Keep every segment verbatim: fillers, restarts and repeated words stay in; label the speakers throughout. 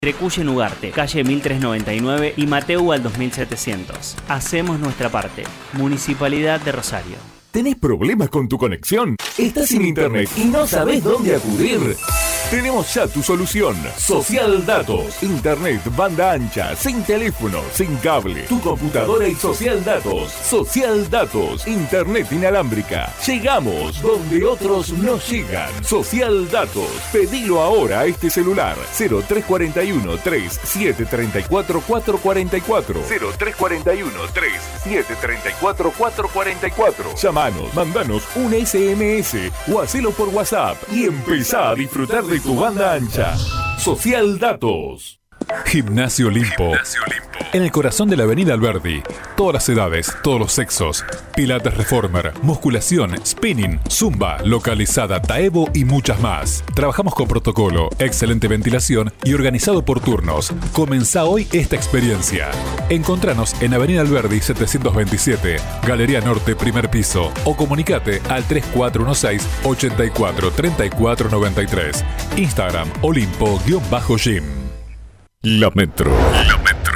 Speaker 1: Trecuyen Ugarte, calle mil trescientos noventa y nueve y Mateu al dos mil setecientos. Hacemos nuestra parte. Municipalidad de Rosario.
Speaker 2: ¿Tenés problemas con tu conexión? ¿Estás sin internet y no sabés dónde acudir? Tenemos ya tu solución. Social Datos. Internet, banda ancha, sin teléfono, sin cable. Tu computadora y Social Datos. Social Datos. Internet inalámbrica. Llegamos donde otros no llegan. Social Datos. Pedilo ahora a este celular. cero tres cuatro uno, tres siete tres cuatro, cuatro cuatro cuatro. cero tres cuatro uno, tres siete tres cuatro, cuatro cuatro cuatro. Llamanos, mandanos un ese eme ese o hacelo por WhatsApp y empezá a disfrutar de tu banda ancha. Social Datos.
Speaker 3: Gimnasio Olimpo.
Speaker 4: Gimnasio Olimpo.
Speaker 3: En el corazón de la avenida Alberdi. Todas las edades, todos los sexos. Pilates Reformer, musculación, spinning, zumba, localizada, taebo y muchas más. Trabajamos con protocolo, excelente ventilación y organizado por turnos. Comenzá hoy esta experiencia. Encontranos en avenida Alberdi setecientos veintisiete, Galería Norte, primer piso. O comunicate al tres cuatro uno seis, ocho cuatro, tres cuatro nueve tres. Instagram Olimpo-Gym.
Speaker 2: La Metro.
Speaker 4: La Metro.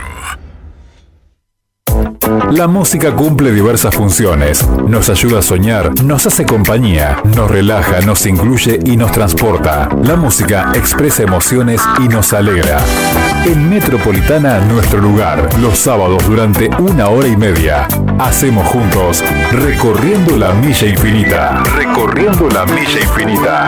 Speaker 3: La música cumple diversas funciones. Nos ayuda a soñar, nos hace compañía, nos relaja, nos incluye y nos transporta. La música expresa emociones y nos alegra. En Metropolitana, nuestro lugar. Los sábados durante una hora y media. Hacemos juntos Recorriendo la Milla Infinita. Recorriendo la Milla Infinita.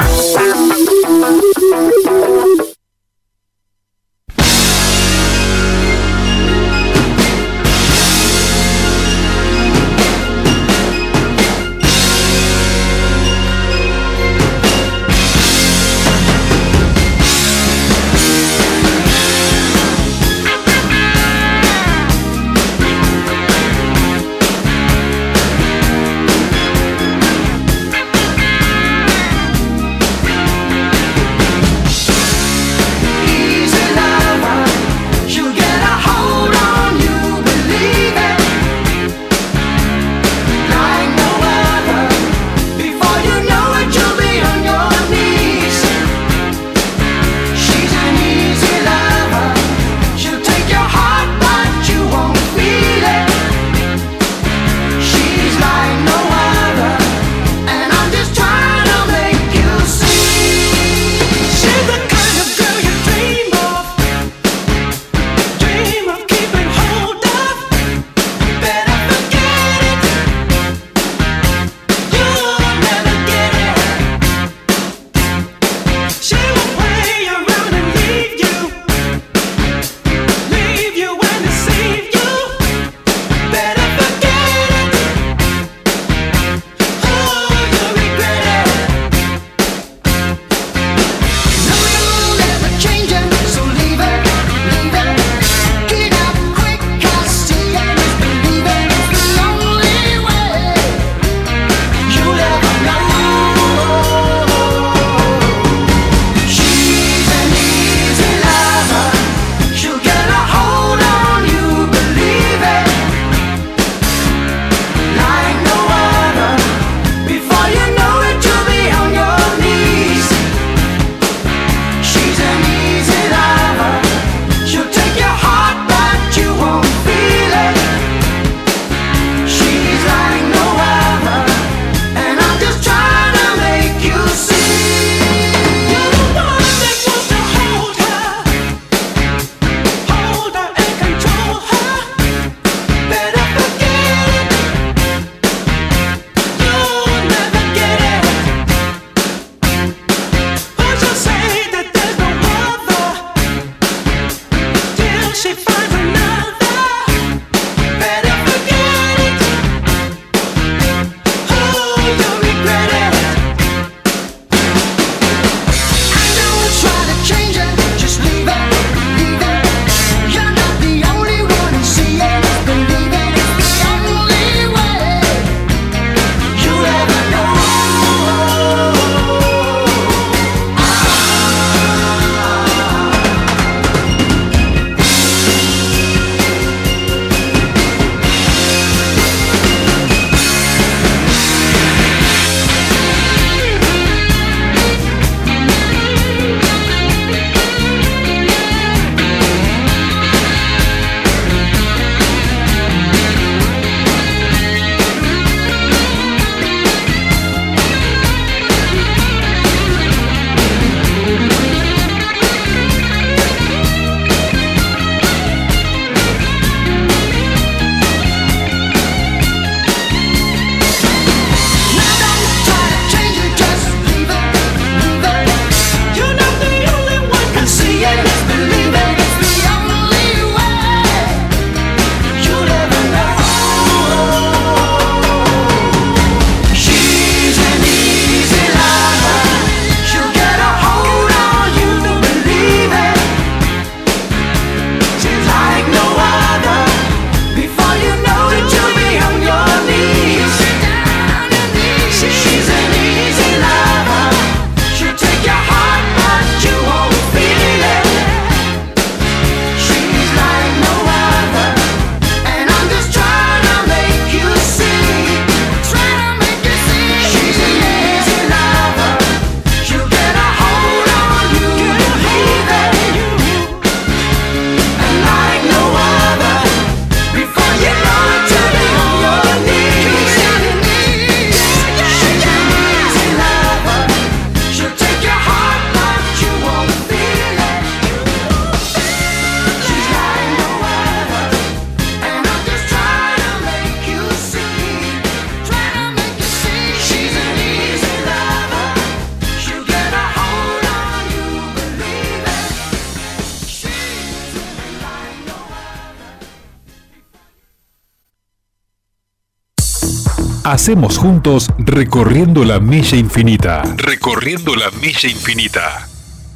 Speaker 3: Hacemos juntos Recorriendo la Milla Infinita. Recorriendo la Milla Infinita.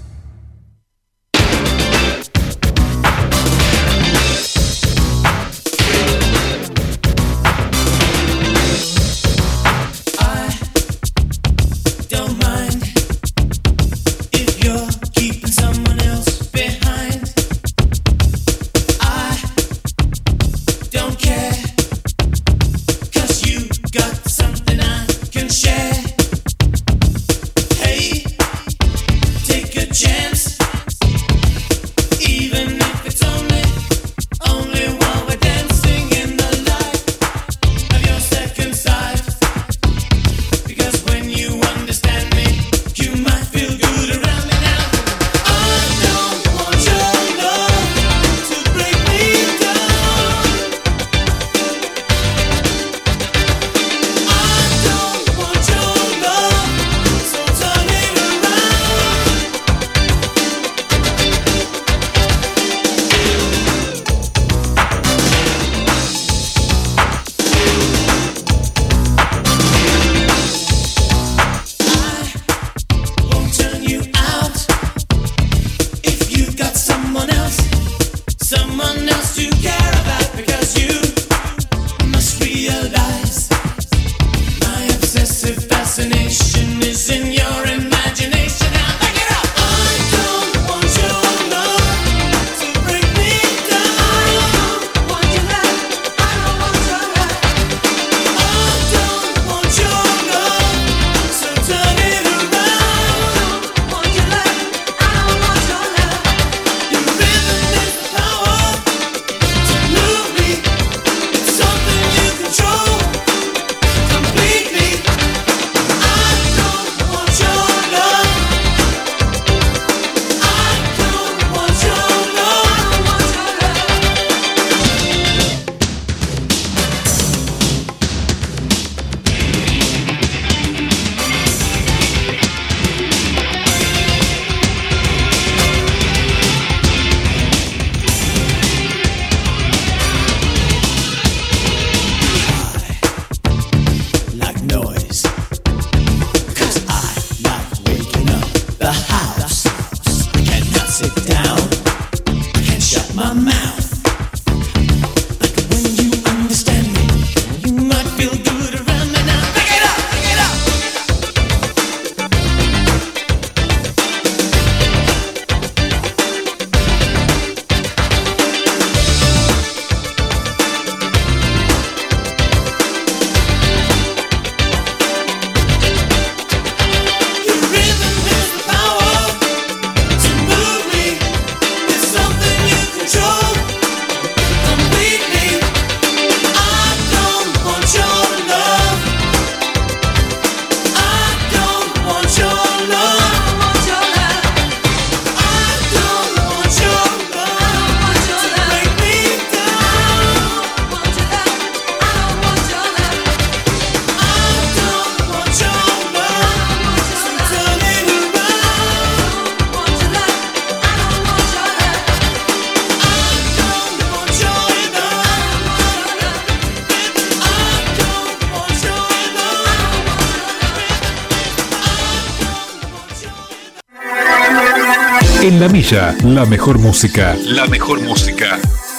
Speaker 3: En La Milla, la mejor música. La mejor música.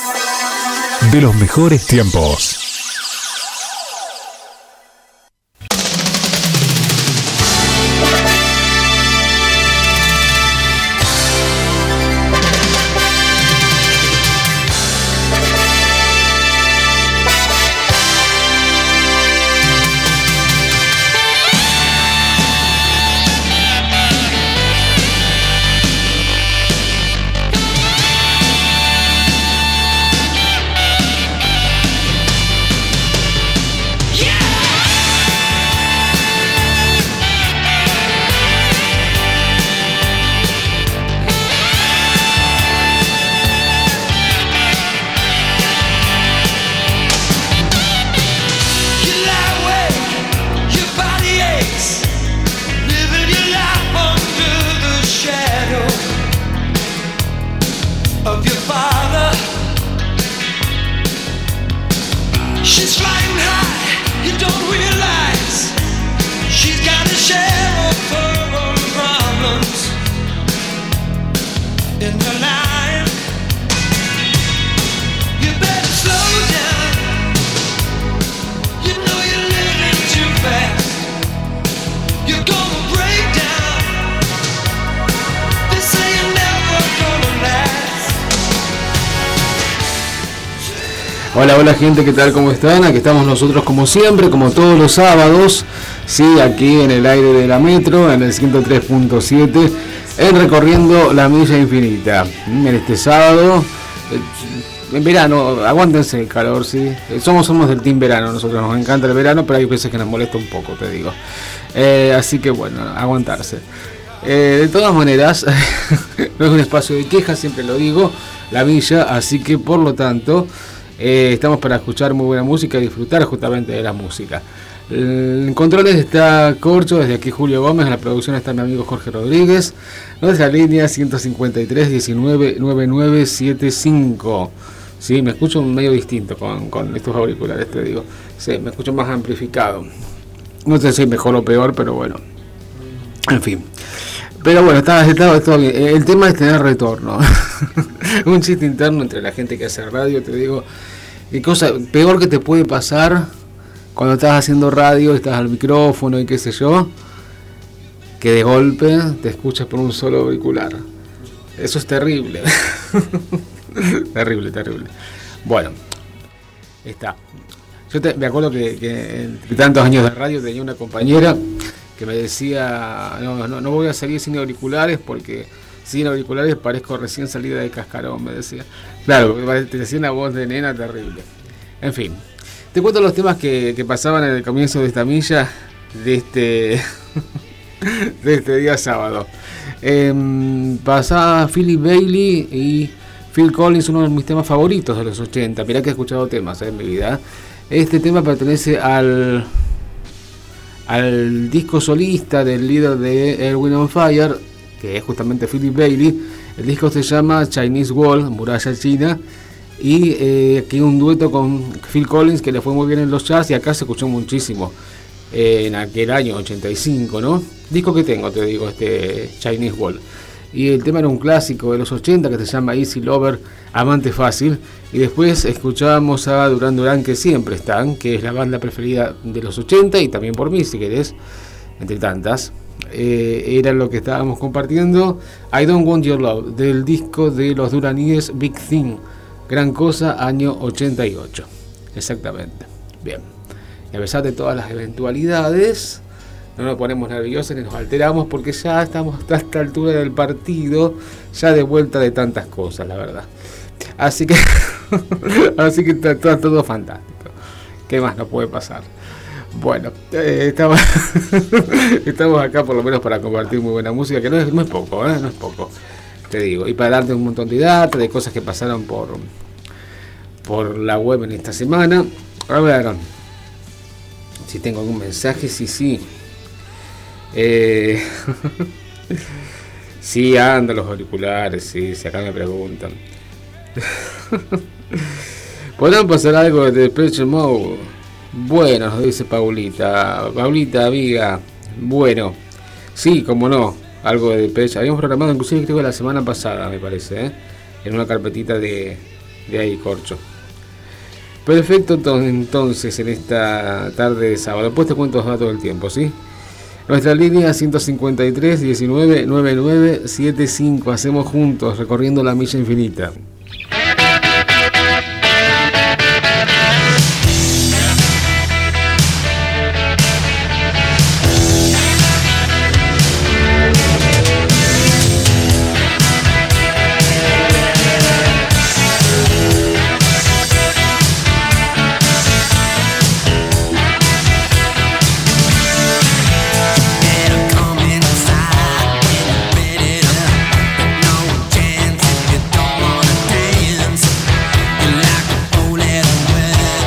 Speaker 3: De los mejores tiempos.
Speaker 4: She's flying high, you don't realize. Hola, hola gente, ¿qué tal? ¿Cómo están? Aquí estamos nosotros como siempre, como todos los sábados, sí, aquí en el aire de la Metro, en el ciento tres punto siete, en Recorriendo la Milla Infinita. En este sábado, en verano, aguántense el calor, sí. Somos, somos del team verano, nosotros nos encanta el verano, pero hay veces que nos molesta un poco, te digo. Eh, así que bueno, aguantarse. Eh, de todas maneras, no es un espacio de quejas, siempre lo digo, la villa, así que por lo tanto... Eh, estamos para escuchar muy buena música y disfrutar justamente de la música. En controles está Corcho, desde aquí Julio Gómez, en la producción está mi amigo Jorge Rodríguez, nuestra línea ciento cincuenta y tres, diecinueve, noventa y nueve, setenta y cinco. Sí, me escucho medio distinto con, con estos auriculares, te digo. Sí, me escucho más amplificado. No sé si mejor o peor, pero bueno. En fin. Pero bueno, está, está, está bien. El tema es tener retorno. Un chiste interno entre la gente que hace radio, te digo. Y cosa peor que te puede pasar cuando estás haciendo radio, estás al micrófono y qué sé yo, que de golpe te escuchas por un solo auricular. Eso es terrible. terrible, terrible. Bueno, está. Yo te, me acuerdo que, que en tantos años de radio tenía una compañera que me decía, no, no, no voy a salir sin auriculares porque sin auriculares parezco recién salida de cascarón, me decía. Claro, te decía una voz de nena terrible. En fin, te cuento los temas que, que pasaban en el comienzo de esta milla, de este, de este día sábado. Eh, pasaba Philip Bailey y Phil Collins, uno de mis temas favoritos de los ochenta. Mirá que he escuchado temas eh, en mi vida. Este tema pertenece al... al disco solista del líder de Earth, Wind and Fire, que es justamente Philip Bailey. El disco se llama Chinese Wall, Muralla China, y eh, aquí un dueto con Phil Collins que le fue muy bien en los charts y acá se escuchó muchísimo eh, en aquel año ochenta y cinco, ¿no? Disco que tengo, te digo, este Chinese Wall. Y el tema era un clásico de los ochenta que se llama Easy Lover, Amante Fácil. Y después escuchábamos a Duran Duran, que siempre están, que es la banda preferida de los ochenta y también por mí, si querés, entre tantas. Eh, era lo que estábamos compartiendo. I Don't Want Your Love, del disco de los duraníes Big Thing, Gran Cosa, año ochenta y ocho. Exactamente. Bien. Y a pesar de todas las eventualidades, no nos ponemos nerviosos ni nos alteramos porque ya estamos a esta altura del partido, ya de vuelta de tantas cosas, la verdad. Así que, así que está, está todo fantástico. ¿Qué más nos puede pasar? Bueno, eh, estamos, estamos acá por lo menos para compartir muy buena música, que no es, no es poco, ¿eh? No es poco, te digo. Y para darte un montón de datos, de cosas que pasaron por, por la web en esta semana. A ver, si tengo algún mensaje, sí, sí. Eh, sí, ando los auriculares, sí, si acá me preguntan. ¿Podrán pasar algo de Depeche Mode? Bueno, nos dice Paulita. Paulita, amiga. Bueno, sí, como no, algo de Depeche. Habíamos programado inclusive creo que la semana pasada, me parece, ¿eh? En una carpetita de, de ahí, Corcho. Perfecto, entonces, en esta tarde de sábado. Después te cuento los datos del tiempo, ¿sí? Nuestra línea ciento cincuenta y tres, diecinueve, noventa y nueve, setenta y cinco. Hacemos juntos, recorriendo la milla infinita.
Speaker 5: Chance if you don't wanna dance.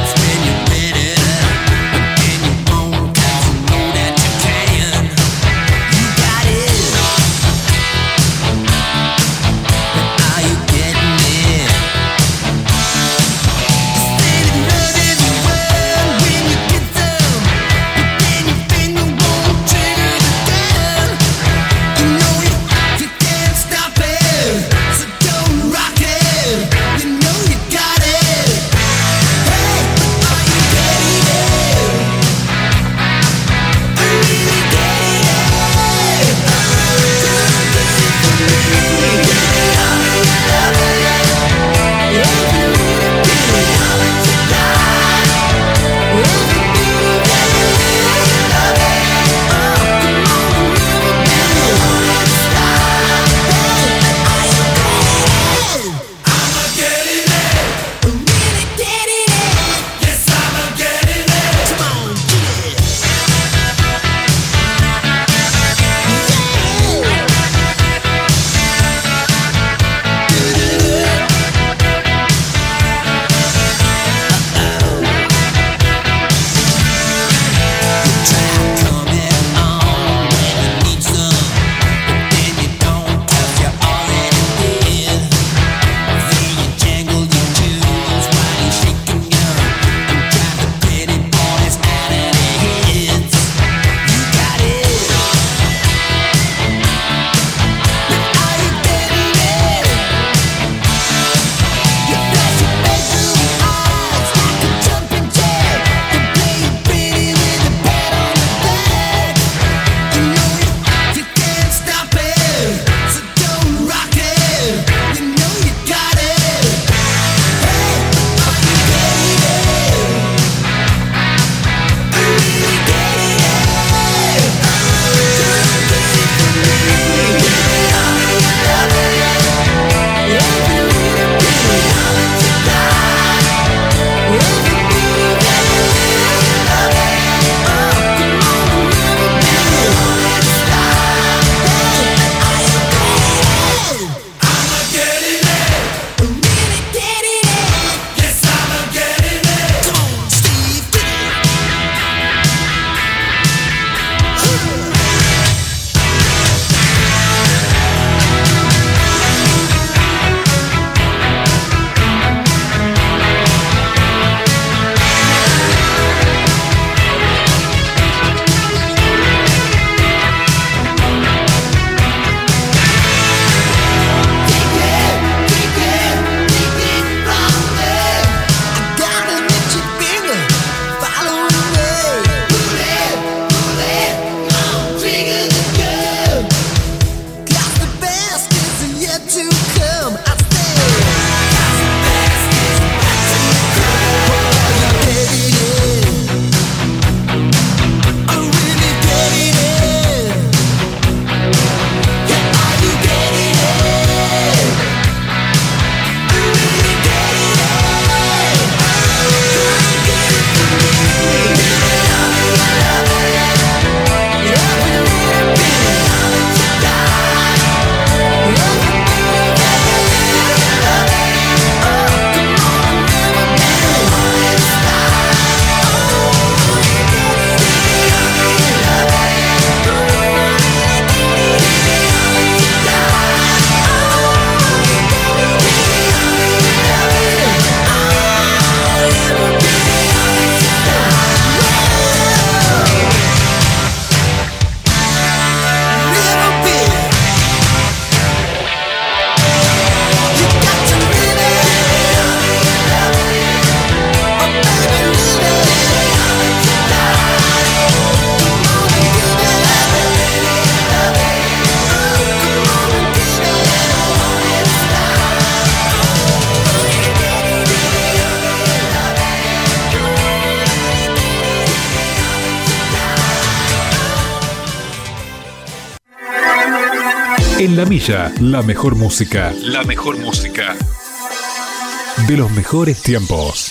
Speaker 3: En La Milla, la mejor música. La mejor música. De los mejores tiempos.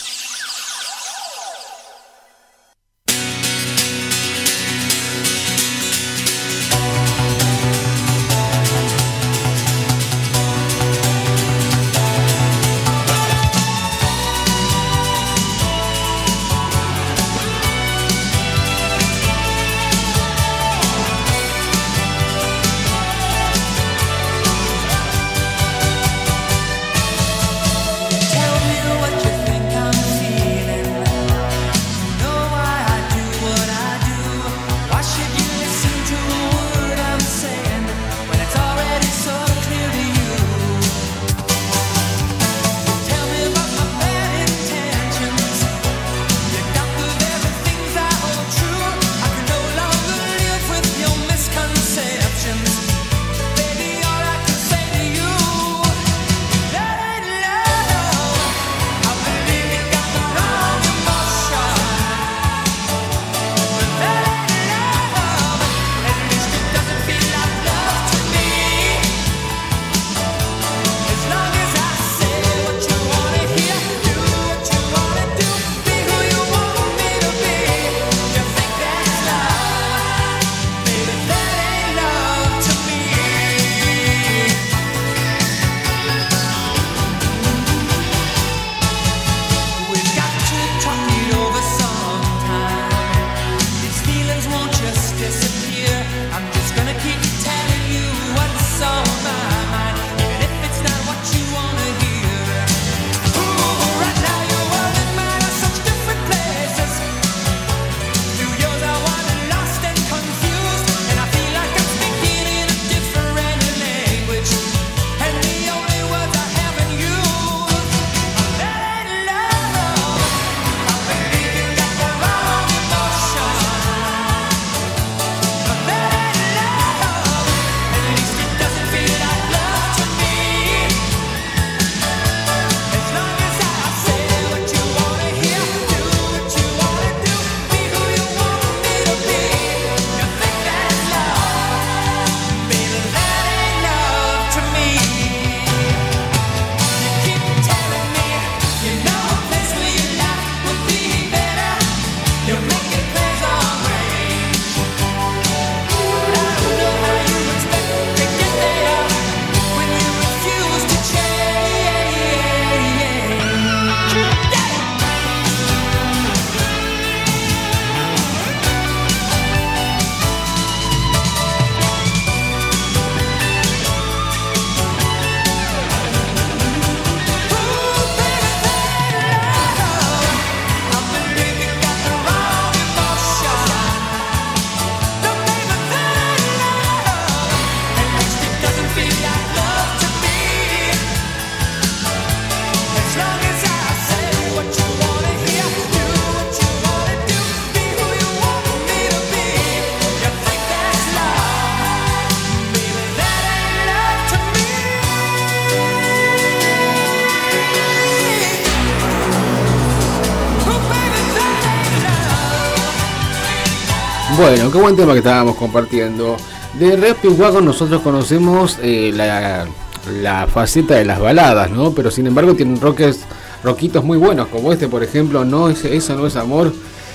Speaker 4: Bueno, qué buen tema que estábamos compartiendo. De Red Speedwagon nosotros conocemos eh, la, la faceta de las baladas, ¿no? Pero sin embargo tienen rockers, rockitos muy buenos, como este, por ejemplo, no es, Eso no es amor,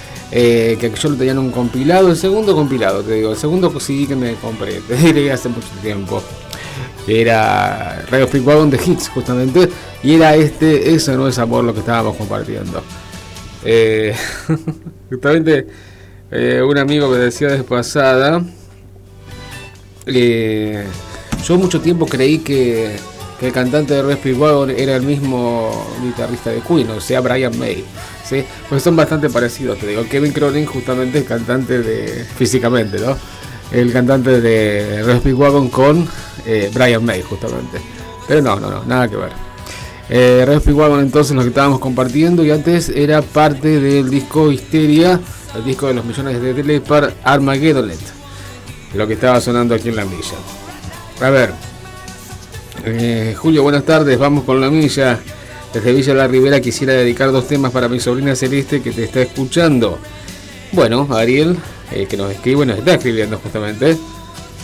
Speaker 4: eh, que yo lo tenía en un compilado, el segundo compilado, te digo, el segundo C D que me compré, te diré hace mucho tiempo. Era Radio Speedwagon de Hits, justamente, y era este, Eso no es amor, lo que estábamos compartiendo. Eh, justamente, eh, un amigo me decía de pasada, eh, yo mucho tiempo creí que, que el cantante de Radio Speedwagon era el mismo guitarrista de Queen, o sea, Brian May, ¿sí? Pues son bastante parecidos, te digo. Kevin Cronin justamente es cantante de, físicamente, ¿no? El cantante de Radio Speedwagon con eh, Brian May, justamente. Pero no, no, no, nada que ver. Eh, Radio Speedwagon, entonces, lo que estábamos compartiendo, y antes era parte del disco Histeria, el disco de los millones de dólares para Armageddon, lo que estaba sonando aquí en La Milla. A ver, eh, Julio, buenas tardes, vamos con La Milla. Desde Villa La Ribera quisiera dedicar dos temas para mi sobrina Celeste que te está escuchando. Bueno, Ariel, eh, que nos escribe, nos está escribiendo justamente.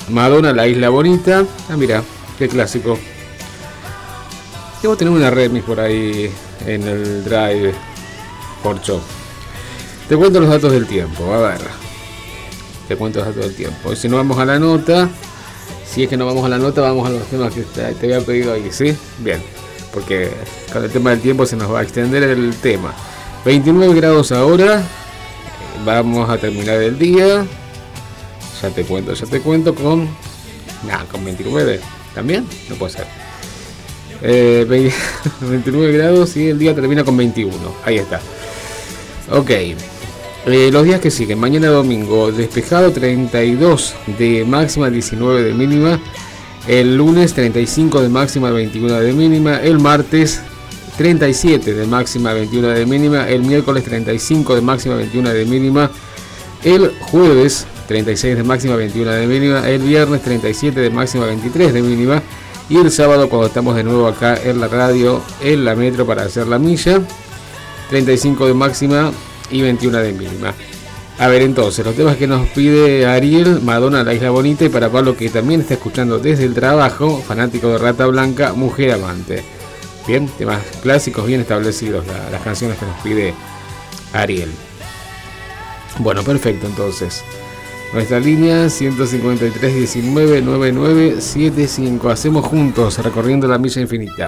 Speaker 4: Madonna, La Isla Bonita. Ah, mira, qué clásico. Debo tener una remix por ahí en el Drive, Porcho. Te cuento los datos del tiempo, a ver. Te cuento los datos del tiempo. Y si no vamos a la nota, si es que no vamos a la nota, vamos a los temas que te había pedido ahí, ¿sí? Bien, porque con el tema del tiempo se nos va a extender el tema. veintinueve grados ahora. Vamos a terminar el día. Ya te cuento, ya te cuento con... Nah, con veintinueve. ¿También? No puede ser. Eh, veintinueve grados y el día termina con veintiuno. Ahí está. Ok. Eh, los días que siguen. Mañana domingo despejado, treinta y dos de máxima, diecinueve de mínima. El lunes treinta y cinco de máxima, veintiuno de mínima. El martes treinta y siete de máxima, veintiuno de mínima. El miércoles treinta y cinco de máxima, veintiuno de mínima. El jueves treinta y seis de máxima, veintiuno de mínima. El viernes treinta y siete de máxima, veintitrés de mínima. Y el sábado, cuando estamos de nuevo acá en la radio, en la metro para hacer la milla, treinta y cinco de máxima y veintiuno de mínima. A ver, entonces, los temas que nos pide Ariel, Madonna, La Isla Bonita, y para Pablo, que también está escuchando desde el trabajo, fanático de Rata Blanca, Mujer Amante. Bien, temas clásicos bien establecidos, la, las canciones que nos pide Ariel. Bueno, perfecto, entonces. Nuestra línea ciento cincuenta y tres, diecinueve, noventa y nueve, setenta y cinco. Hacemos juntos, recorriendo la milla infinita.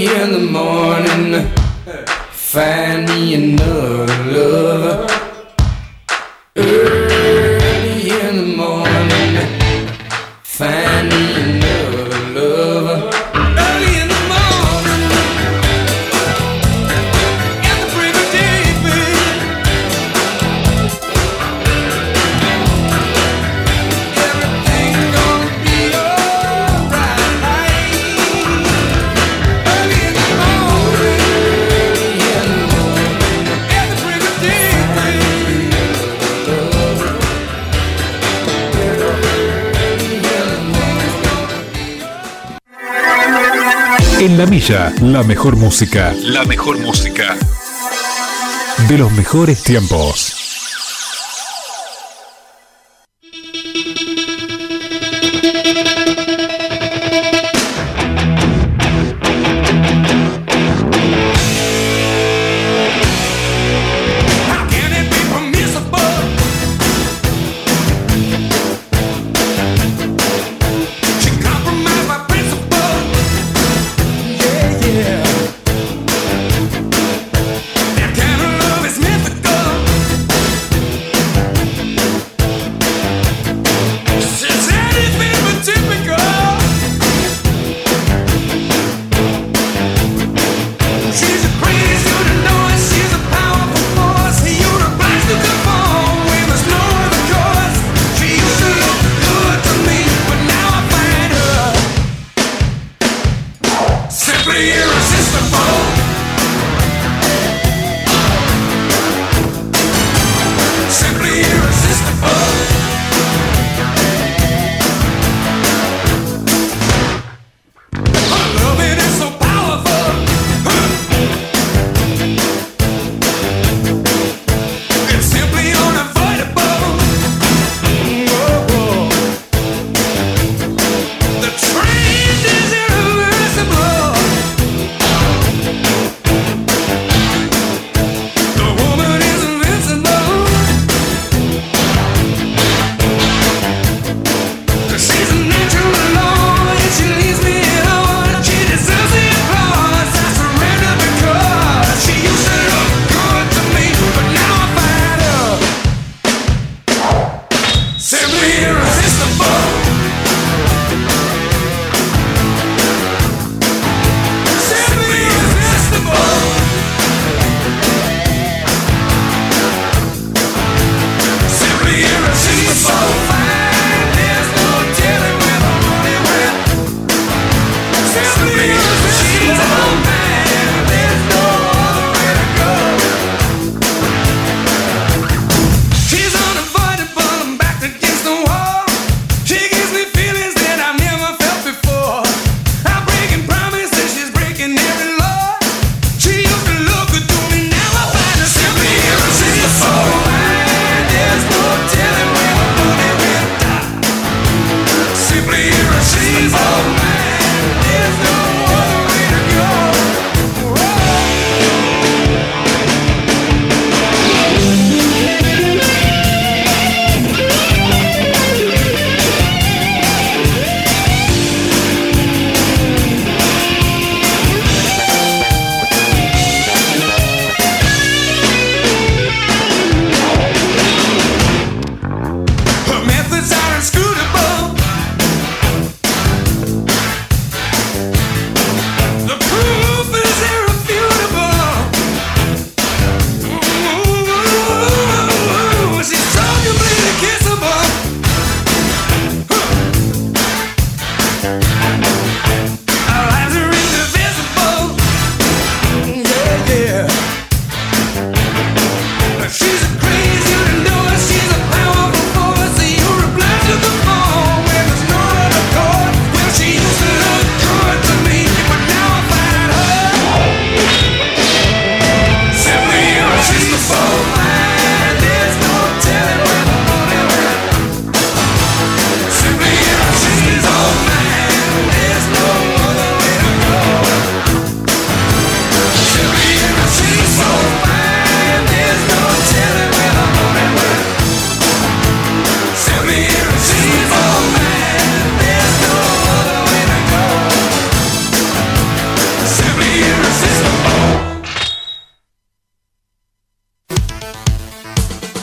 Speaker 5: Early in the morning, find me another lover. Early in the morning, find me another lover. Early in the morning, at the break of day, baby. Everything gonna be alright. Early in the morning, early in the morning, at the break of day, baby.
Speaker 3: En La Milla, la mejor música. La mejor música. De los mejores tiempos.
Speaker 5: How can it be permissible? She compromised my principle. Yeah, yeah. That kind of love is mythical.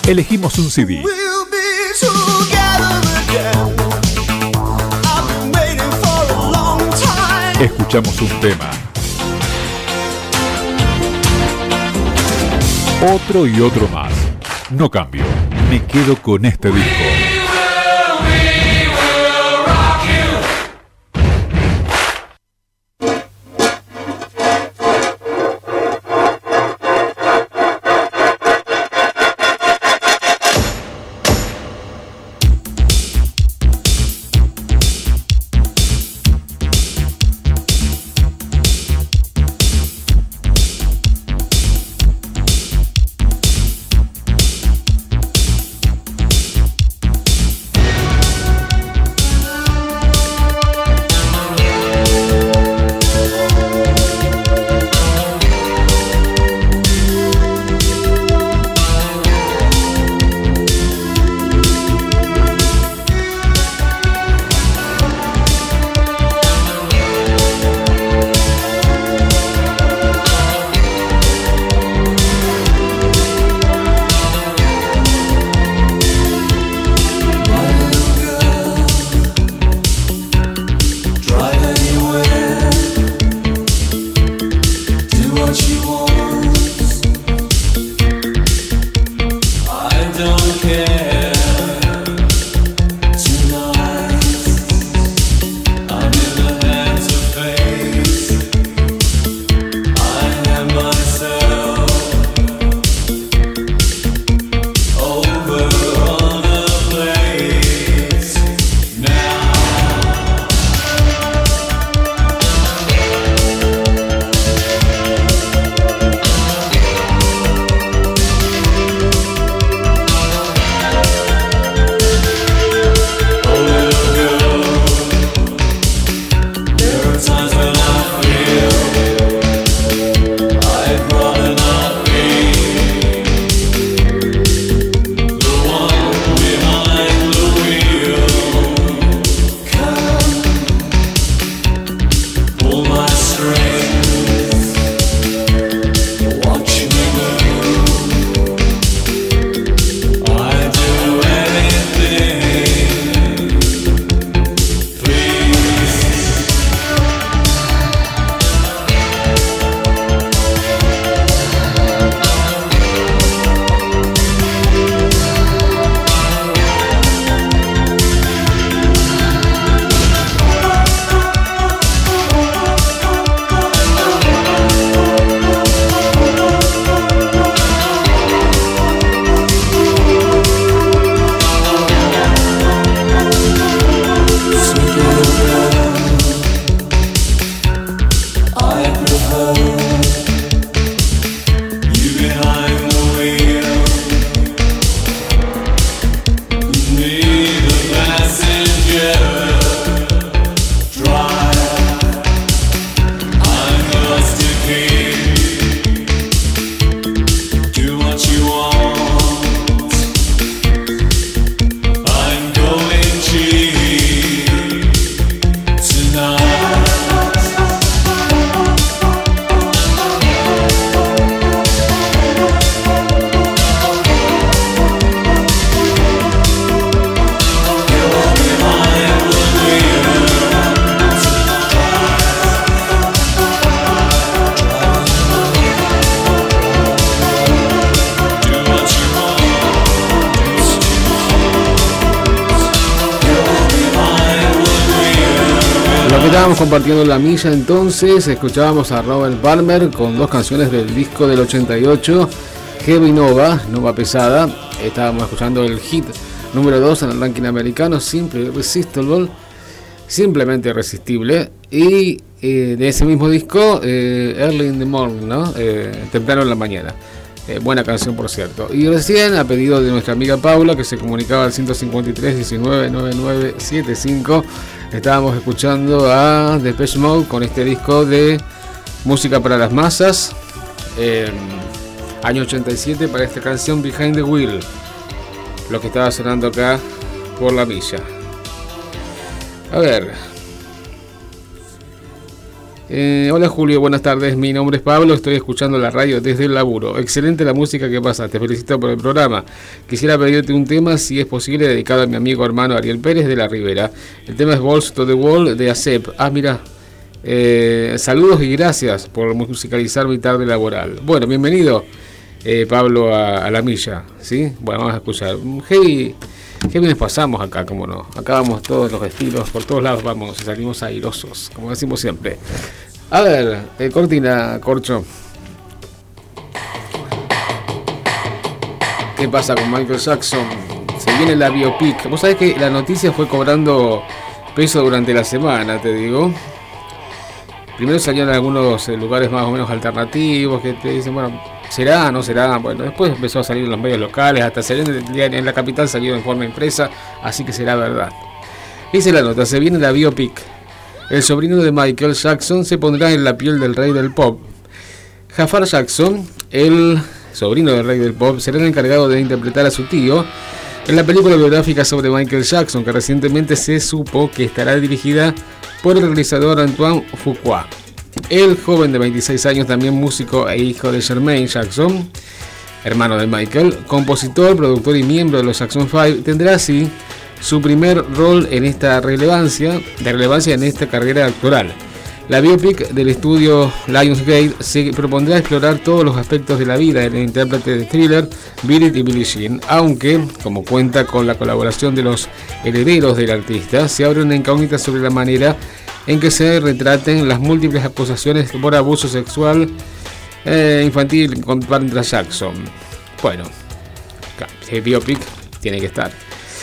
Speaker 3: Elegimos un C D. Escuchamos un tema. Otro y otro más. No cambio. Me quedo con este disco.
Speaker 4: Estábamos compartiendo la milla, entonces escuchábamos a Robert Palmer con dos canciones del disco del ochenta y ocho, Heavy Nova, Nova Pesada. Estábamos escuchando el hit número dos en el ranking americano, Simple Irresistible, simplemente irresistible. Y eh, de ese mismo disco, eh, Early in the Morning, ¿no? Eh, temprano en la mañana. Eh, buena canción, por cierto. Y recién, a pedido de nuestra amiga Paula, que se comunicaba al ciento cincuenta y tres, diecinueve, noventa y nueve, setenta y cinco, estábamos escuchando a Depeche Mode con este disco de música para las masas, eh, año ochenta y siete, para esta canción Behind the Wheel, lo que estaba sonando acá por la milla. A ver, Eh, hola Julio, buenas tardes, mi nombre es Pablo, estoy escuchando la radio desde el laburo. Excelente la música que pasa, te felicito por el programa. Quisiera pedirte un tema, si es posible, dedicado a mi amigo hermano Ariel Pérez de la Ribera. El tema es Balls to the Wall de ASEP. Ah, mira, eh, saludos y gracias por musicalizar mi tarde laboral. Bueno, bienvenido eh, Pablo a, a la milla, ¿sí? Bueno, vamos a escuchar. Hey, qué bien pasamos acá, cómo no. Acá vamos todos los estilos, por todos lados vamos y salimos airosos, como decimos siempre. A ver, eh, cortina, Corcho. ¿Qué pasa con Michael Jackson? Se viene la biopic. Vos sabés que la noticia fue cobrando peso durante la semana, te digo. Primero salieron algunos lugares más o menos alternativos que te dicen, bueno, ¿será? ¿No será? Bueno, después empezó a salir en los medios locales, hasta salir en la capital salió en forma impresa, así que será verdad. Dice la nota, se viene la biopic. El sobrino de Michael Jackson se pondrá en la piel del rey del pop. Jafar Jackson, el sobrino del rey del pop, será el encargado de interpretar a su tío en la película biográfica sobre Michael Jackson, que recientemente se supo que estará dirigida por el realizador Antoine Fuqua. El joven de veintiséis años, también músico e hijo de Jermaine Jackson, hermano de Michael, compositor, productor y miembro de los Jackson cinco, tendrá así su primer rol en esta relevancia, de relevancia en esta carrera actoral. La biopic del estudio Lionsgate se propondrá explorar todos los aspectos de la vida del intérprete de Thriller, Beat It y Billie Jean, aunque, como cuenta con la colaboración de los herederos del artista, se abre una incógnita sobre la manera en que se retraten las múltiples acusaciones por abuso sexual eh, infantil contra Jackson. Bueno, el biopic tiene que estar.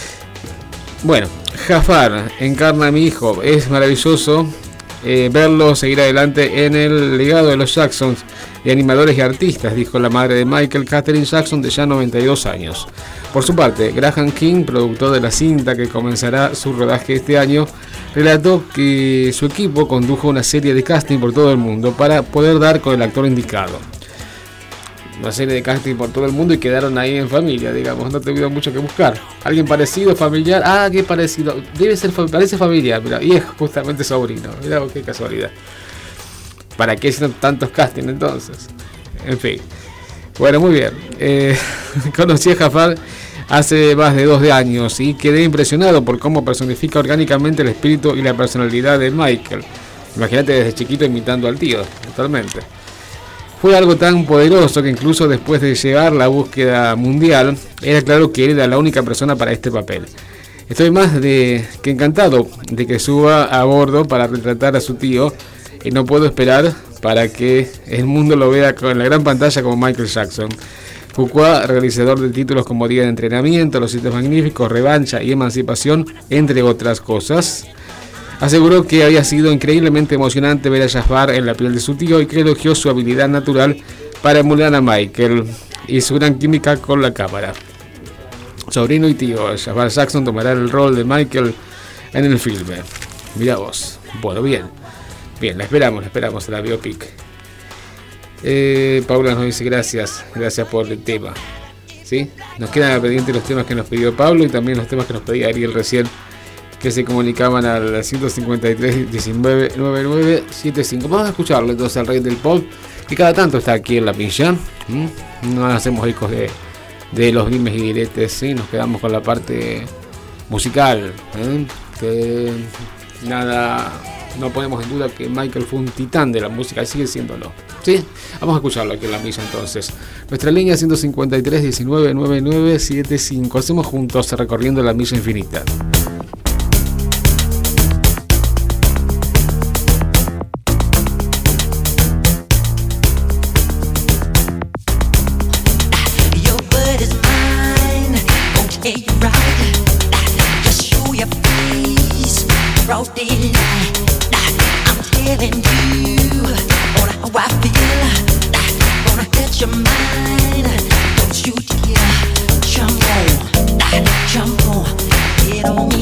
Speaker 4: Bueno, Jafar encarna a mi hijo, es maravilloso eh, verlo seguir adelante en el legado de los Jacksons, de animadores y artistas, dijo la madre de Michael, Katherine Jackson, de ya noventa y dos años. Por su parte, Graham King, productor de la cinta que comenzará su rodaje este año, relató que su equipo condujo una serie de casting por todo el mundo para poder dar con el actor indicado. Una serie de casting por todo el mundo y quedaron ahí en familia, digamos, no tuvieron mucho que buscar. Alguien parecido, familiar, ah, qué parecido, debe ser, parece familiar, mira, y es justamente sobrino, mira qué casualidad. ¿Para qué hicieron tantos castings entonces? En fin, bueno, muy bien, eh, conocí a Jafar hace más de dos años y quedé impresionado por cómo personifica orgánicamente el espíritu y la personalidad de Michael. Imagínate desde chiquito imitando al tío, totalmente. Fue algo tan poderoso que incluso después de llegar la búsqueda mundial, era claro que él era la única persona para este papel. Estoy más de que encantado de que suba a bordo para retratar a su tío y no puedo esperar para que el mundo lo vea en la gran pantalla como Michael Jackson. Fuqua, realizador de títulos como Día de Entrenamiento, Los Siete Magníficos, Revancha y Emancipación, entre otras cosas, aseguró que había sido increíblemente emocionante ver a Jafar en la piel de su tío y que elogió su habilidad natural para emular a Michael y su gran química con la cámara. Sobrino y tío, Jafar Jackson tomará el rol de Michael en el filme. Mira vos. Bueno, bien. Bien, la esperamos, la esperamos a la biopic. Eh, Paula nos dice gracias, gracias por el tema. ¿Sí? Nos quedan pendientes los temas que nos pidió Pablo y también los temas que nos pedía Ariel recién, que se comunicaban al ciento cincuenta y tres, diecinueve, noventa y nueve, setenta y cinco. Vamos a escucharlo entonces al rey del pop, que cada tanto está aquí en la milla. ¿Mm? No hacemos ecos de, de los dimes y diretes, ¿sí? Nos quedamos con la parte musical, ¿eh? Que nada, no ponemos en duda que Michael fue un titán de la música y sigue siéndolo. ¿Sí? Vamos a escucharlo aquí en la milla entonces. Nuestra línea ciento cincuenta y tres, diecinueve, noventa y nueve, setenta y cinco. Hacemos juntos recorriendo la milla infinita.
Speaker 6: How I feel, gonna hit your mind. Don't you dare jump on, jump on, get on.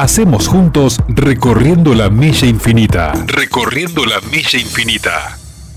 Speaker 3: Hacemos juntos Recorriendo la Milla Infinita. Recorriendo la Milla Infinita.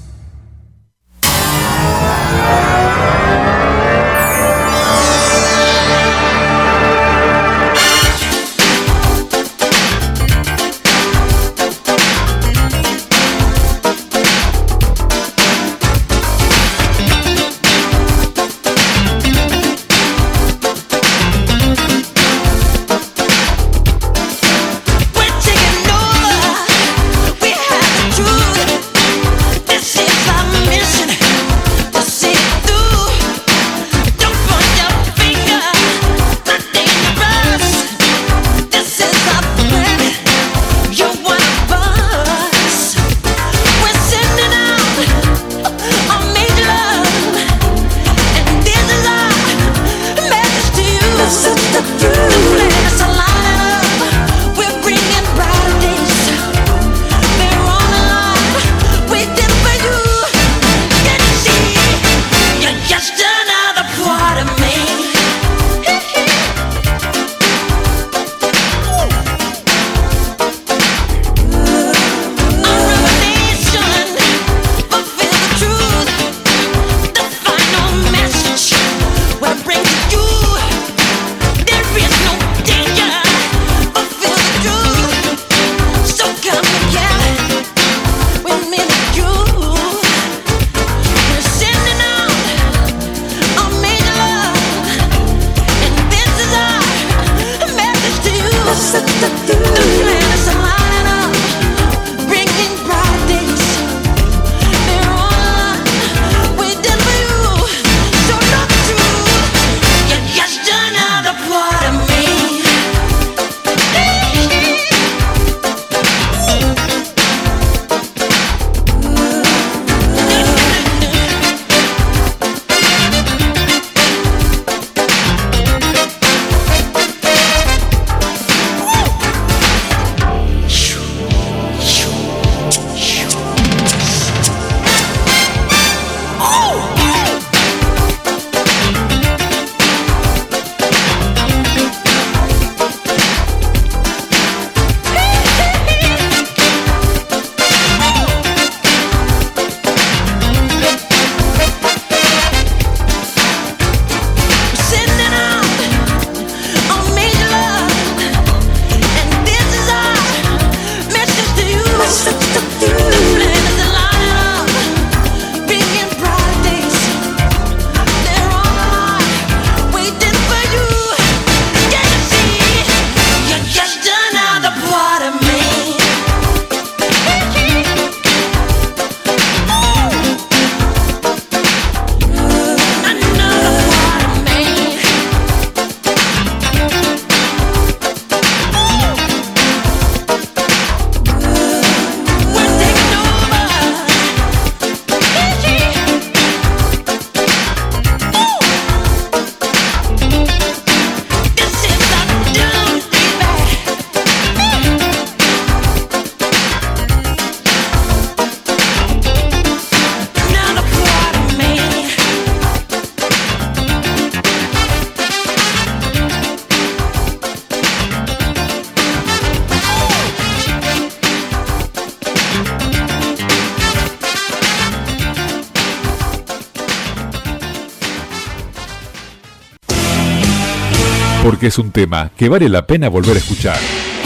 Speaker 3: Porque es un tema que vale la pena volver a escuchar.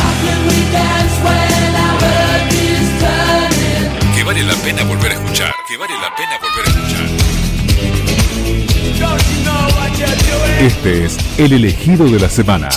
Speaker 3: Que vale la pena volver a escuchar. Que vale la pena volver a escuchar. Este es el elegido de la semana.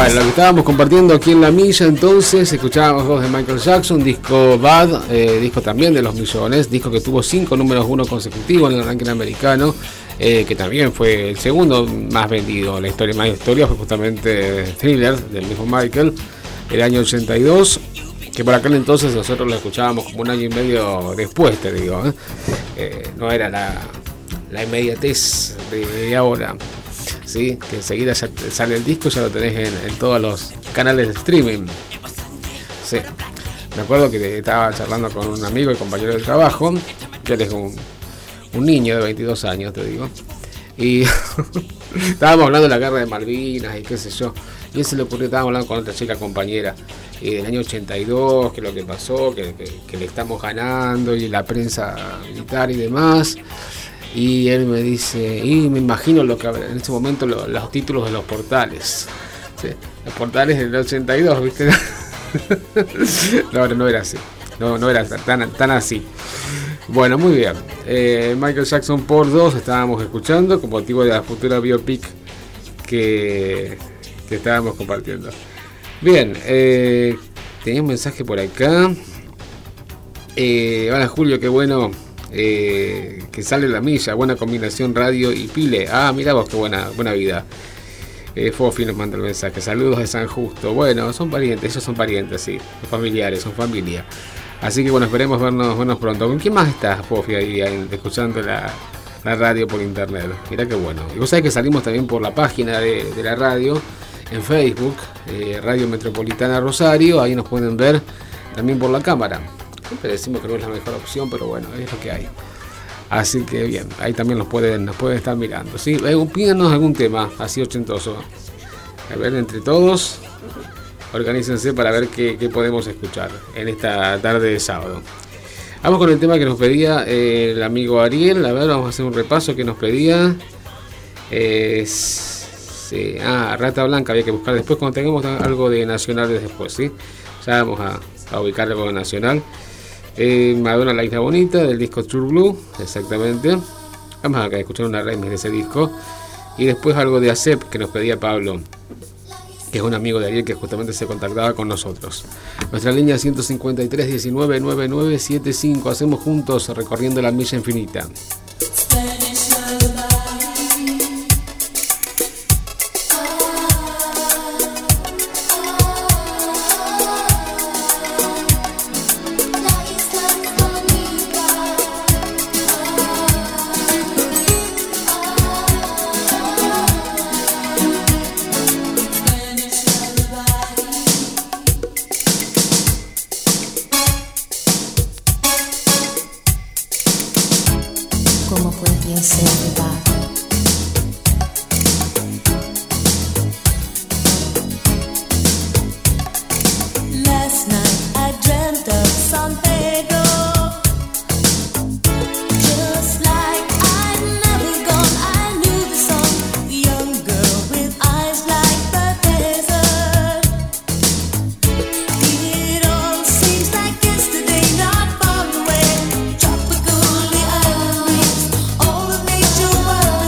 Speaker 4: Bueno, lo que estábamos compartiendo aquí en La Milla, entonces, escuchábamos dos de Michael Jackson, disco Bad, eh, disco también de Los Millones, disco que tuvo cinco números uno consecutivos en el ranking americano, eh, que también fue el segundo más vendido. La historia más historia fue justamente Thriller, del mismo Michael, el año ochenta y dos, que por aquel entonces nosotros lo escuchábamos como un año y medio después, te digo, ¿eh? Eh, no era la, la inmediatez de, de ahora. ¿Sí? Que enseguida ya sale el disco, ya lo tenés en, en todos los canales de streaming. Sí. Me acuerdo que estaba charlando con un amigo y compañero de trabajo, que él es un, un niño de veintidós años, te digo, y estábamos hablando de la guerra de Malvinas y qué sé yo, y él se le ocurrió, estábamos hablando con otra chica compañera, y del año ochenta y dos, que lo que pasó, que, que, que le estamos ganando, y la prensa militar y demás. Y él me dice, y me imagino lo que en este momento lo, los títulos de los portales. ¿Sí? Los portales del ochenta y dos, ¿viste? No, no era así. No, no era tan, tan así. Bueno, muy bien. Eh, Michael Jackson por dos estábamos escuchando con motivo de la futura biopic que, que estábamos compartiendo. Bien, eh, tenía un mensaje por acá. Eh, hola Julio, qué bueno. Eh, que sale La Milla, buena combinación radio y pile. Ah, mira vos, qué buena, buena vida. eh, Fofi nos manda el mensaje, saludos de San Justo. Bueno, son parientes, ellos son parientes, sí, son familiares, son familia. Así que bueno, esperemos vernos, vernos pronto. ¿Con quién más estás, Fofi, ahí, ahí escuchando la, la radio por internet? Mirá qué bueno. Y vos sabés que salimos también por la página de, de la radio, en Facebook, eh, Radio Metropolitana Rosario, ahí nos pueden ver también por la cámara. Siempre decimos que no es la mejor opción, pero bueno, es lo que hay. Así que bien, ahí también nos pueden, nos pueden estar mirando, ¿sí? Pídanos algún tema así ochentoso. A ver, entre todos, organícense para ver qué, qué podemos escuchar en esta tarde de sábado. Vamos con el tema que nos pedía eh, el amigo Ariel. A ver, vamos a hacer un repaso que nos pedía. Eh, sí, ah, Rata Blanca había que buscar después cuando tengamos algo de nacionales después, ¿sí? Ya vamos a, a ubicar algo de nacional. Eh, Madonna, La Isla Bonita, del disco True Blue, exactamente. Vamos a escuchar una remix de ese disco. Y después algo de A C E P que nos pedía Pablo, que es un amigo de Ariel que justamente se contactaba con nosotros. Nuestra línea ciento cincuenta y tres, diecinueve, noventa y nueve, setenta y cinco. Hacemos juntos recorriendo la milla infinita.
Speaker 7: All the nature world.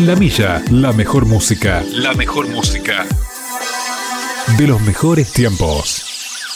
Speaker 3: En La Milla, la mejor música. La mejor música. De los mejores tiempos.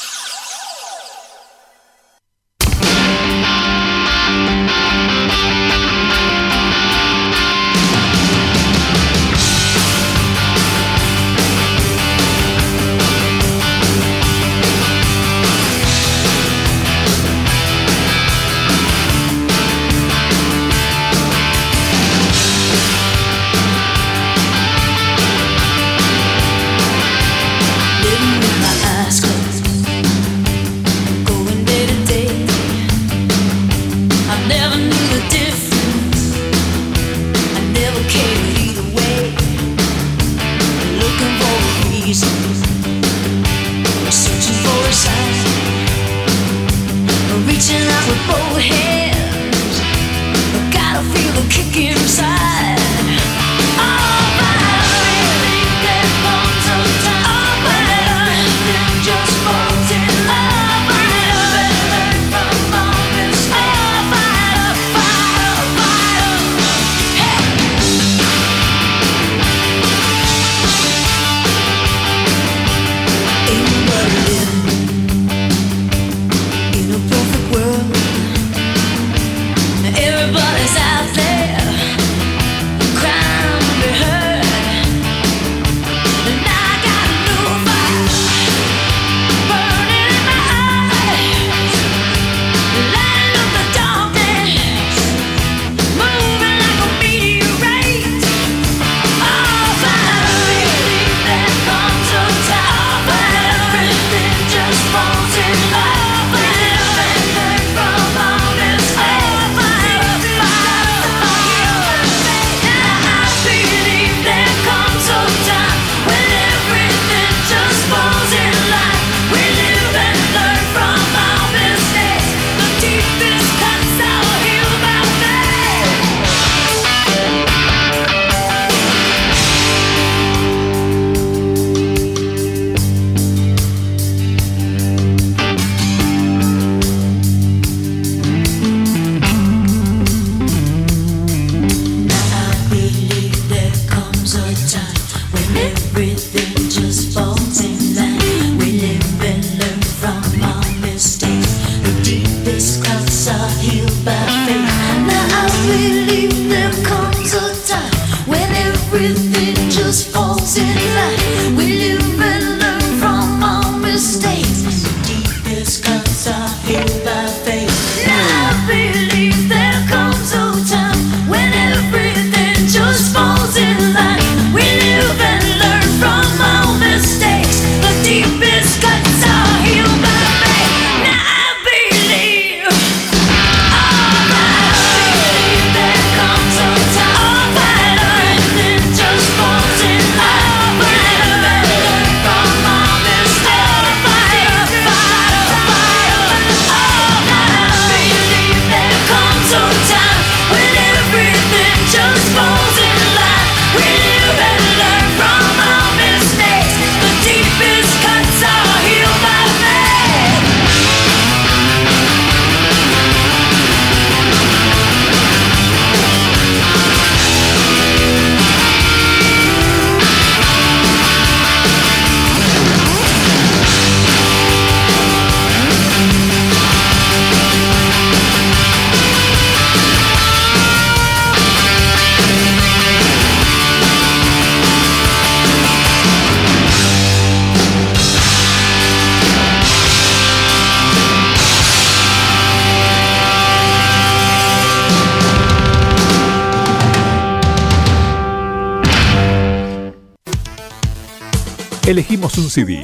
Speaker 3: Elegimos un C D.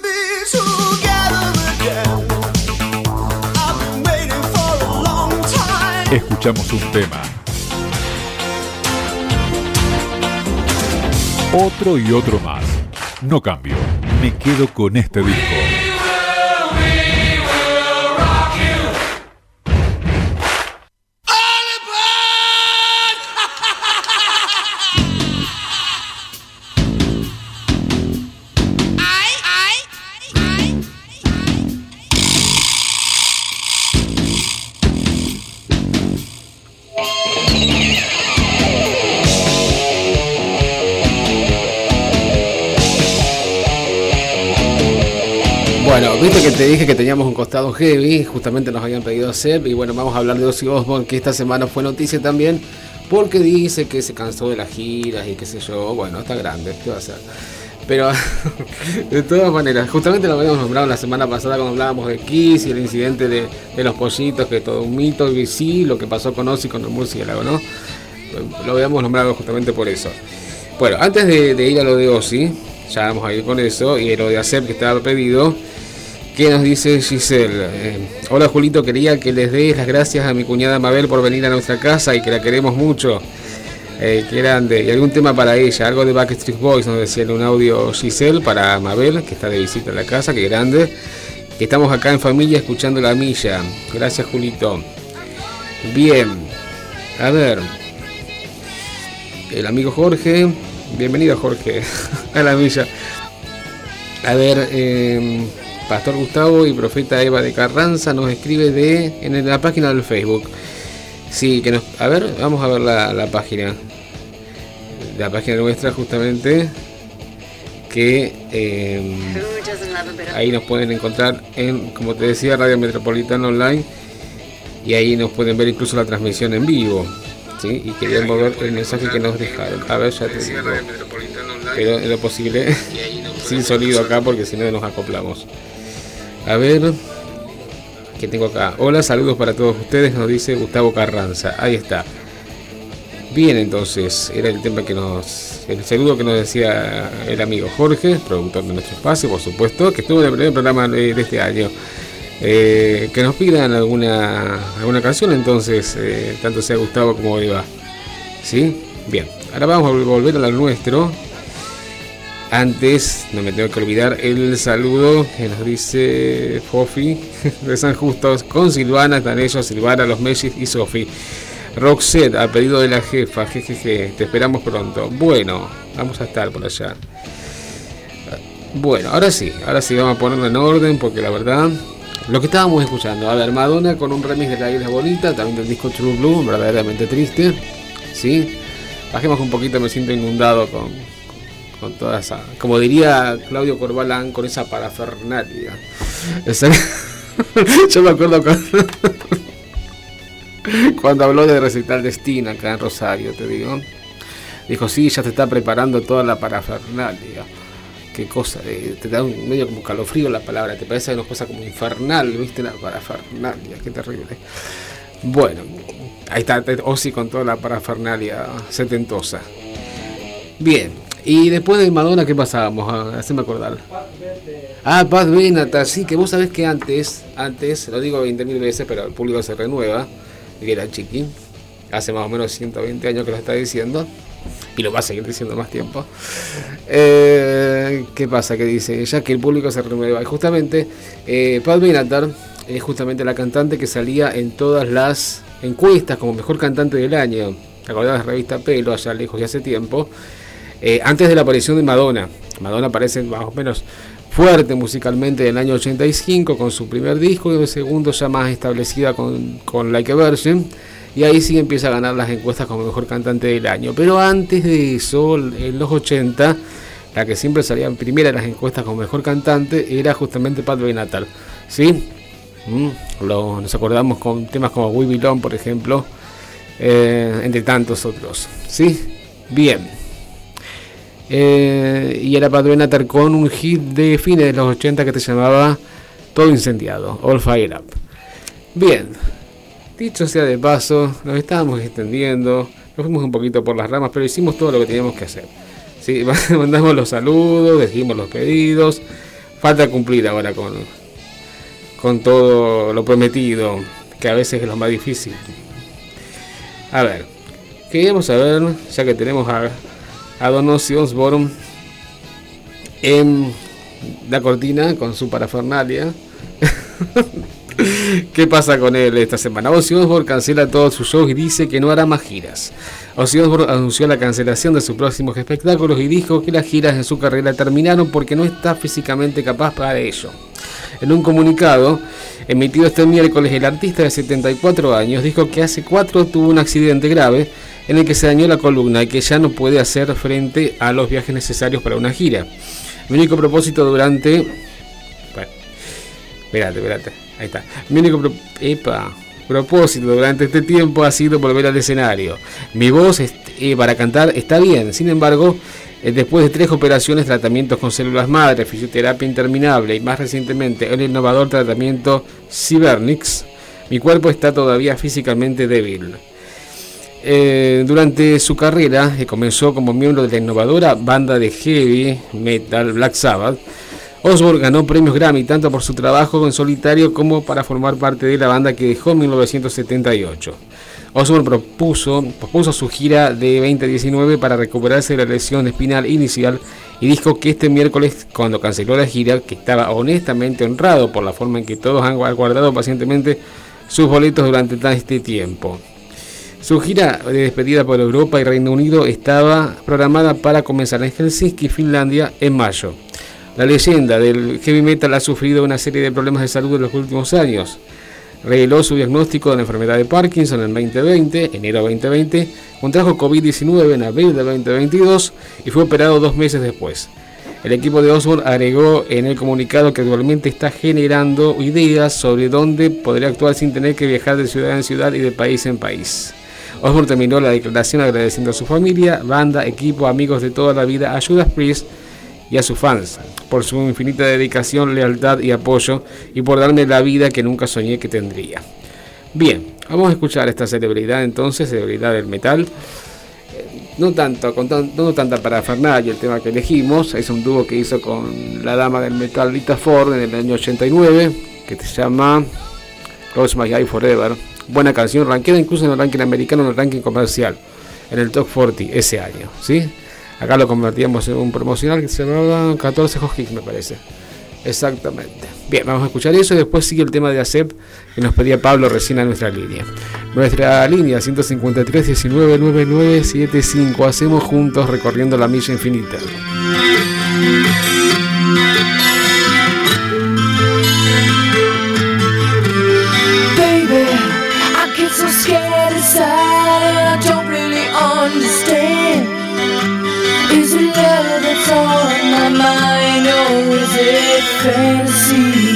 Speaker 3: Escuchamos un tema. Otro y otro más. No cambio. Me quedo con este disco.
Speaker 4: Bueno, viste que te dije que teníamos un costado heavy, justamente nos habían pedido hacer, y bueno, vamos a hablar de Ozzy Osbourne, que esta semana fue noticia también, porque dice que se cansó de las giras y qué sé yo, bueno, está grande, ¿qué va a hacer? Pero, de todas maneras, justamente lo habíamos nombrado la semana pasada cuando hablábamos de Kiss y el incidente de, de los pollitos, que es todo un mito, y sí, lo que pasó con Ozzy con el murciélago, ¿no? Lo habíamos nombrado justamente por eso. Bueno, antes de, de ir a lo de Ozzy, ya vamos a ir con eso, y lo de Acep que estaba pedido, ¿qué nos dice Giselle? Eh, Hola Julito, quería que les des las gracias a mi cuñada Mabel por venir a nuestra casa y que la queremos mucho. Eh, qué grande. Y algún tema para ella, algo de Backstreet Boys, nos decía en un audio Giselle para Mabel, que está de visita en la casa, qué grande. Que estamos acá en familia escuchando La Milla. Gracias Julito. Bien, a ver. El amigo Jorge, bienvenido Jorge a La Milla. A ver, eh, Pastor Gustavo y Profeta Eva de Carranza nos escribe de en la página del Facebook. Sí, que nos, a ver, vamos a ver la, la página, la página nuestra justamente, que eh, ahí nos pueden encontrar en, como te decía, Radio Metropolitana Online, y ahí nos pueden ver incluso la transmisión en vivo, ¿sí? Y queríamos ver el mensaje que nos dejaron. A ver, ya te digo, pero en lo posible sin sonido acá, porque si no nos acoplamos. A ver, que tengo acá. Hola, saludos para todos ustedes, nos dice Gustavo Carranza. Ahí está. Bien, entonces, era el tema que nos... El saludo que nos decía el amigo Jorge, productor de nuestro espacio, por supuesto, que estuvo en el primer programa de, de este año. Eh, que nos pidan alguna alguna canción, entonces, eh, tanto sea Gustavo como Eva. ¿Sí? Bien. Ahora vamos a volver a lo nuestro. Antes, no me tengo que olvidar el saludo que nos dice Fofi de San Justo, con Silvana, están ellos, Silvana, los Mellis y Sofi. Roxette, a pedido de la jefa, jejeje, te esperamos pronto. Bueno, vamos a estar por allá. Bueno, ahora sí, ahora sí vamos a ponerlo en orden, porque la verdad, lo que estábamos escuchando, a ver, Madonna con un remix de La Isla Bonita, también del disco True Blue, verdaderamente triste, ¿sí? Bajemos un poquito, me siento inundado con... con toda esa, como diría Claudio Corbalán, con esa parafernalia. Esa, yo me acuerdo cuando, cuando habló de recital Destina acá en Rosario, te digo. Dijo, sí, ya te está preparando toda la parafernalia. Qué cosa, eh, te da un medio como calofrío la palabra, te parece una cosa como infernal, ¿viste? La parafernalia, qué terrible. Bueno, ahí está Ozzy con toda la parafernalia setentosa. Bien. Y después de Madonna, ¿qué pasábamos? A hacerme acordar. Ah, Pat Benatar, sí, que vos sabés que antes, antes, lo digo veinte mil veces, pero el público se renueva, que era chiqui, hace más o menos ciento veinte años que lo está diciendo, y lo va a seguir diciendo más tiempo. Eh, ¿Qué pasa? Que dice, ya que el público se renueva, y justamente, eh, Pat Benatar es justamente la cantante que salía en todas las encuestas como mejor cantante del año. ¿Te acordás de la revista Pelo, allá lejos de hace tiempo? Eh, antes de la aparición de Madonna. Madonna aparece más o menos fuerte musicalmente en el año ochenta y cinco con su primer disco, y el segundo ya más establecida con, con Like a Virgin, y ahí sí empieza a ganar las encuestas como mejor cantante del año. Pero antes de eso, en los ochenta, la que siempre salía en primera en las encuestas como mejor cantante era justamente Pat Benatar, ¿sí? Mm, lo, nos acordamos con temas como We Belong, por ejemplo, eh, entre tantos otros, ¿sí? Bien. Eh, y era Pat Benatar con un hit de fines de los ochenta que te llamaba Todo Incendiado, All Fire Up. Bien, dicho sea de paso, nos estábamos extendiendo, nos fuimos un poquito por las ramas, pero hicimos todo lo que teníamos que hacer, ¿sí? Mandamos los saludos, dijimos los pedidos, falta cumplir ahora con, con todo lo prometido, que a veces es lo más difícil. A ver, queríamos saber, ya que tenemos a a Don Ozzy Osbourne en la cortina con su parafernalia. ¿Qué pasa con él esta semana? Ozzy Osbourne cancela todos sus shows y dice que no hará más giras. Ozzy Osbourne anunció la cancelación de sus próximos espectáculos y dijo que las giras en su carrera terminaron porque no está físicamente capaz para ello. En un comunicado emitido este miércoles, el artista de setenta y cuatro años dijo que hace cuatro tuvo un accidente grave en el que se dañó la columna y que ya no puede hacer frente a los viajes necesarios para una gira. Mi único propósito durante... Bueno, Espérate, espérate. Ahí está. Mi único pro- epa, propósito durante este tiempo ha sido volver al escenario. Mi voz est- eh, para cantar está bien, sin embargo, eh, después de tres operaciones, tratamientos con células madre, fisioterapia interminable y más recientemente el innovador tratamiento Cybernix, mi cuerpo está todavía físicamente débil. Eh, durante su carrera, que comenzó como miembro de la innovadora banda de heavy metal Black Sabbath, Osbourne ganó premios Grammy tanto por su trabajo en solitario como para formar parte de la banda que dejó en mil novecientos setenta y ocho. Osbourne propuso, propuso su gira de veinte diecinueve para recuperarse de la lesión espinal inicial y dijo que este miércoles, cuando canceló la gira, que estaba honestamente honrado por la forma en que todos han guardado pacientemente sus boletos durante todo este tiempo. Su gira de despedida por Europa y Reino Unido estaba programada para comenzar en Helsinki, Finlandia, en mayo. La leyenda del heavy metal ha sufrido una serie de problemas de salud en los últimos años. Reveló su diagnóstico de la enfermedad de Parkinson en veinte veinte, enero veinte veinte, contrajo COVID diecinueve en abril de veinte veintidós y fue operado dos meses después. El equipo de Osbourne agregó en el comunicado que actualmente está generando ideas sobre dónde podría actuar sin tener que viajar de ciudad en ciudad y de país en país. Osbourne terminó la declaración agradeciendo a su familia, banda, equipo, amigos de toda la vida, a Judas Priest y a sus fans por su infinita dedicación, lealtad y apoyo y por darme la vida que nunca soñé que tendría. Bien, vamos a escuchar a esta celebridad entonces, celebridad del metal. No tanto, con tan, no tanta parafernalia el tema que elegimos, es un dúo que hizo con la dama del metal Lita Ford en el año ochenta y nueve, que se llama Close My Eye Forever. Buena canción, ranqueada incluso en el ranking americano, en el ranking comercial, en el top cuarenta ese año, ¿sí? Acá lo convertíamos en un promocional que se llamaba catorce Hot Hits, me parece. Exactamente. Bien, vamos a escuchar eso y después sigue el tema de A C E P que nos pedía Pablo recién a nuestra línea. Nuestra línea ciento cincuenta y tres, diecinueve, noventa y nueve, setenta y cinco. Hacemos juntos recorriendo la milla infinita.
Speaker 6: So scared inside, I don't really understand. Is it love that's on my mind, or is it fantasy?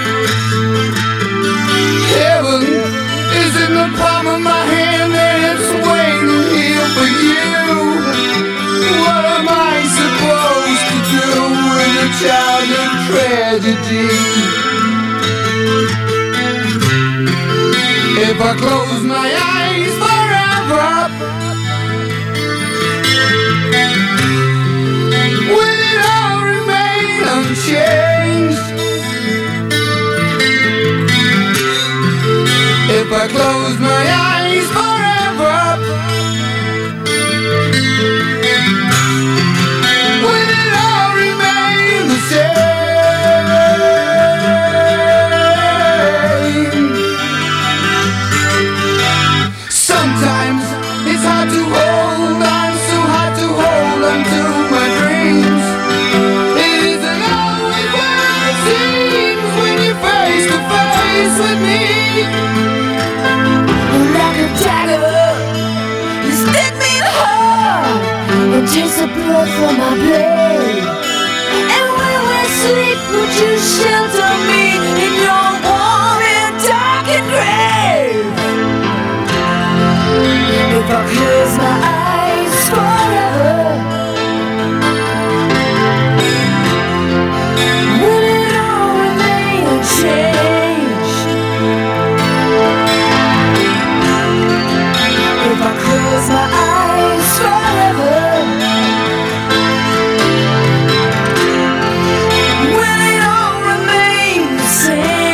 Speaker 5: Heaven is in the palm of my hand and it's waiting here for you. What am I supposed to do with a childhood tragedy? If I close my eyes forever, will it all remain unchanged? If I close my eyes forever, will it all remain the same? Sometimes it's hard to hold on, so hard to hold on to my dreams. It isn't always what it seems when you're face to face with me.
Speaker 6: Like a dagger, you stick me in the heart and taste the blood from my blade. And when we sleep, would you shelter me in your warm and darkened grave? If I close my eyes forever, will it all remain unchanged? If I close my eyes forever, will it all remain the same?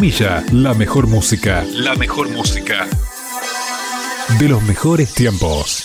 Speaker 3: Milla, la mejor música, la mejor música de los mejores tiempos.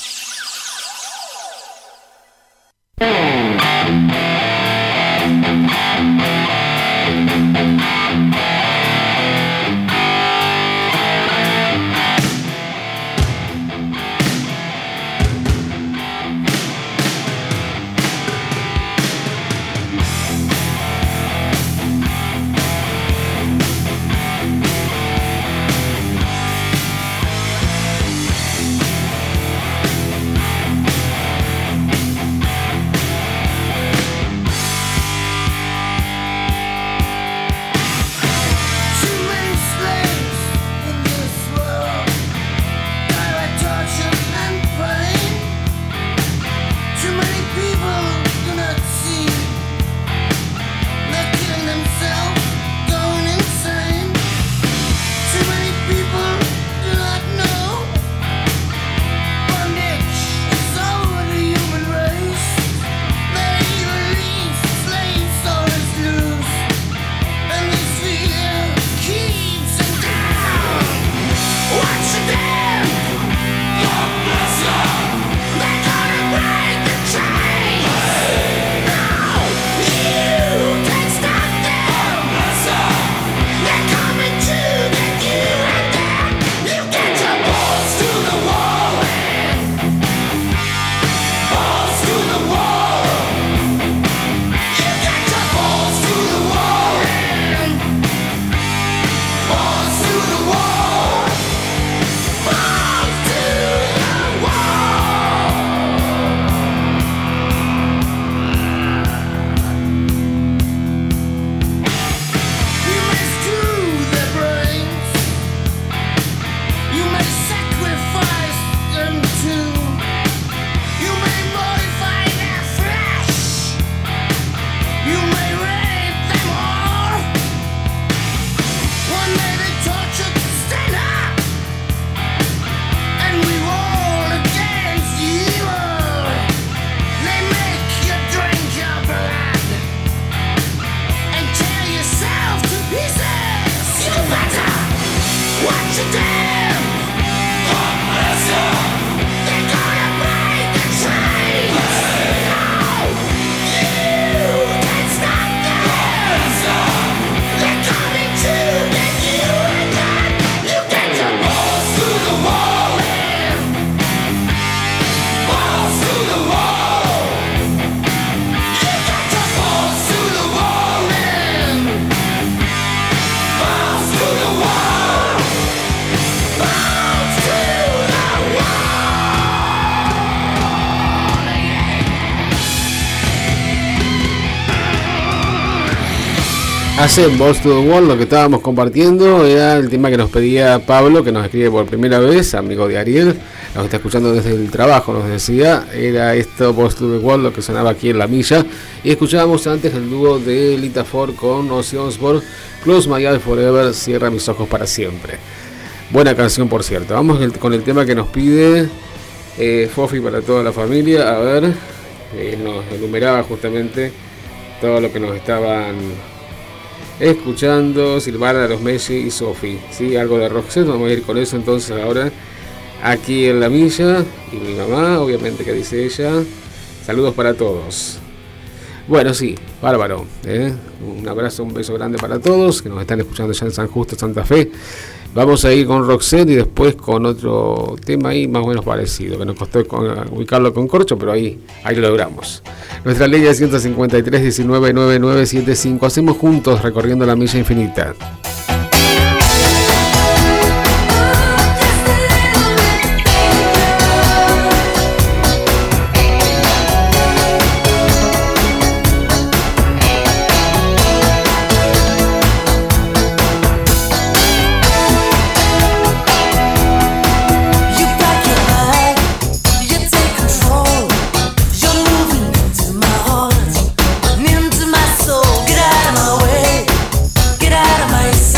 Speaker 4: Hace Balls to the Wall, lo que estábamos compartiendo era el tema que nos pedía Pablo, que nos escribe por primera vez, amigo de Ariel, nos está escuchando desde el trabajo, nos decía, era esto Balls to the Wall, lo que sonaba aquí en La Milla, y escuchábamos antes el dúo de Lita Ford con Ozzy Osbourne, Close My Eyes Forever, Cierra Mis Ojos para Siempre. Buena canción, por cierto. Vamos con el tema que nos pide eh, Fofi para toda la familia. A ver, eh, nos enumeraba justamente todo lo que nos estaban escuchando: Silvana, Los Messi y Sofi. Sí, algo de Roxette. Vamos a ir con eso entonces ahora aquí en La Milla. Y mi mamá, obviamente, que dice ella. Saludos para todos. Bueno, sí, bárbaro, ¿eh? Un abrazo, un beso grande para todos que nos están escuchando ya en San Justo, Santa Fe. Vamos a ir con Roxette y después con otro tema ahí más o menos parecido, que nos costó ubicarlo con corcho, pero ahí, ahí lo logramos. Nuestra ley es ciento cincuenta y tres, diecinueve, noventa y nueve, setenta y cinco. Hacemos juntos recorriendo la milla infinita.
Speaker 6: Get out of my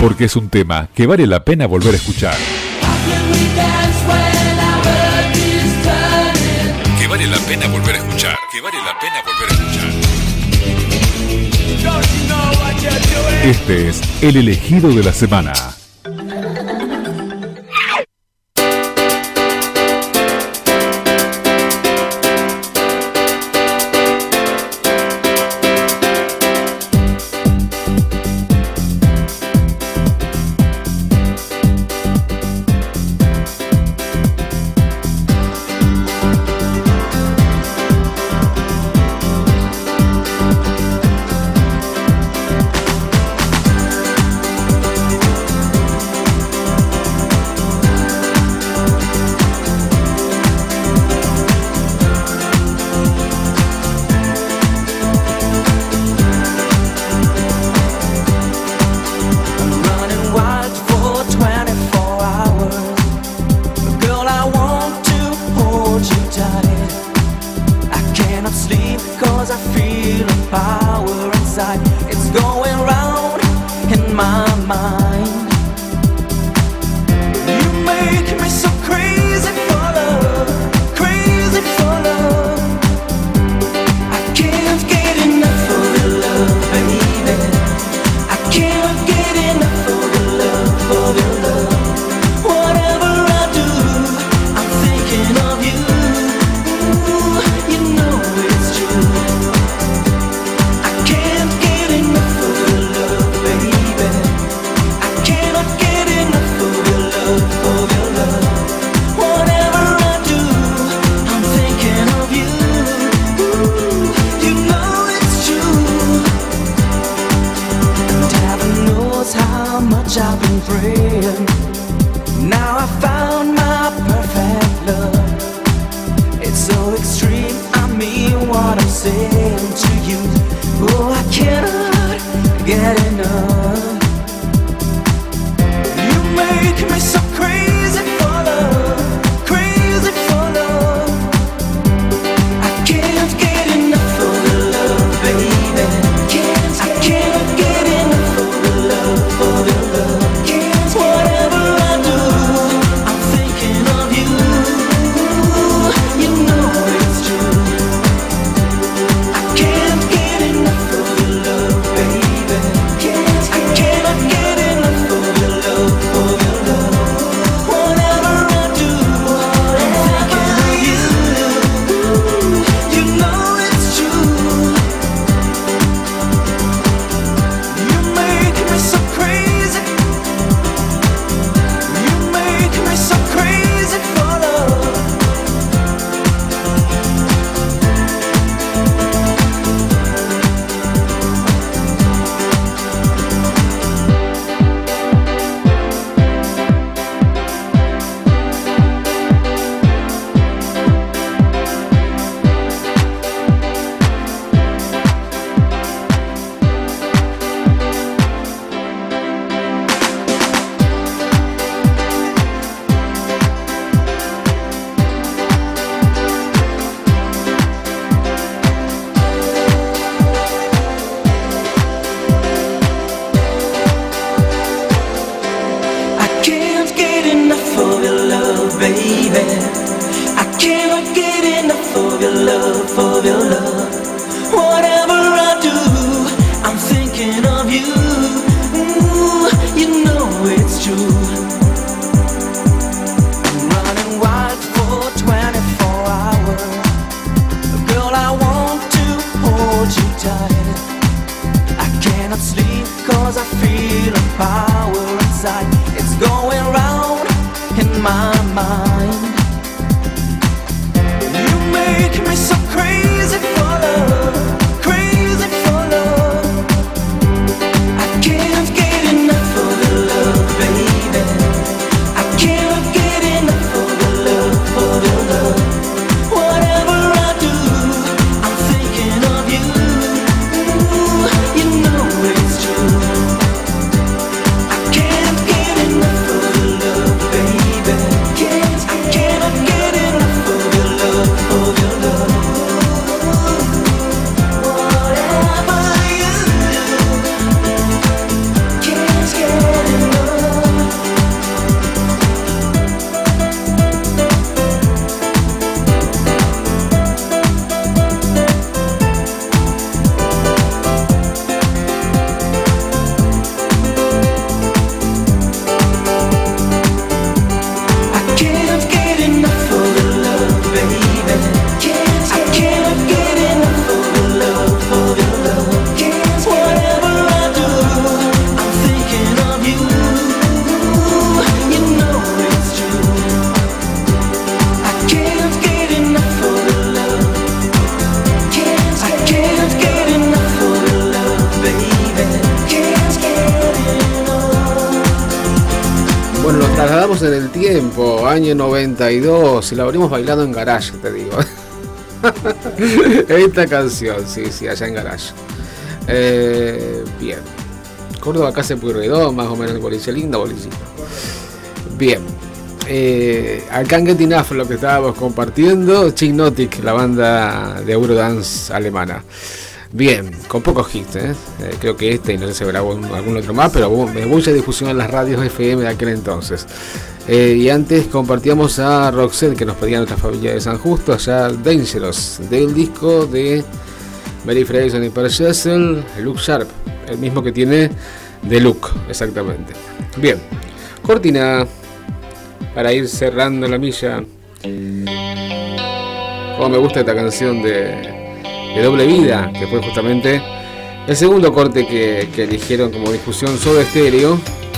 Speaker 3: porque es un tema que vale la pena volver a escuchar. Que vale la pena volver a escuchar. Que vale la pena volver a escuchar. Este es el elegido de la semana.
Speaker 6: Can't
Speaker 4: viajamos en el tiempo, año noventa y dos, y la habremos bailado en Garage, te digo. Esta canción, sí, sí, allá en Garage. Eh, bien. Córdoba, acá se Pueyrredón, más o menos el boliche, lindo bolicito. Bien. Eh, acá en Get Enough lo que estábamos compartiendo, Chignotic, la banda de Eurodance alemana. Bien, con pocos hits, ¿eh? Eh, creo que este y no sé si habrá algún otro más, pero hubo mucha difusión en las radios F M de aquel entonces. Eh, y antes compartíamos a Roxette, que nos pedía nuestra familia de San Justo, allá Dangerous, del disco de Mary Fraser y Percy Cecil, Look Sharp, el mismo que tiene The Look, exactamente. Bien, cortina para ir cerrando la milla. Como me gusta esta canción de... de Doble Vida, que fue justamente el segundo corte que, que eligieron como difusión Soda Stereo,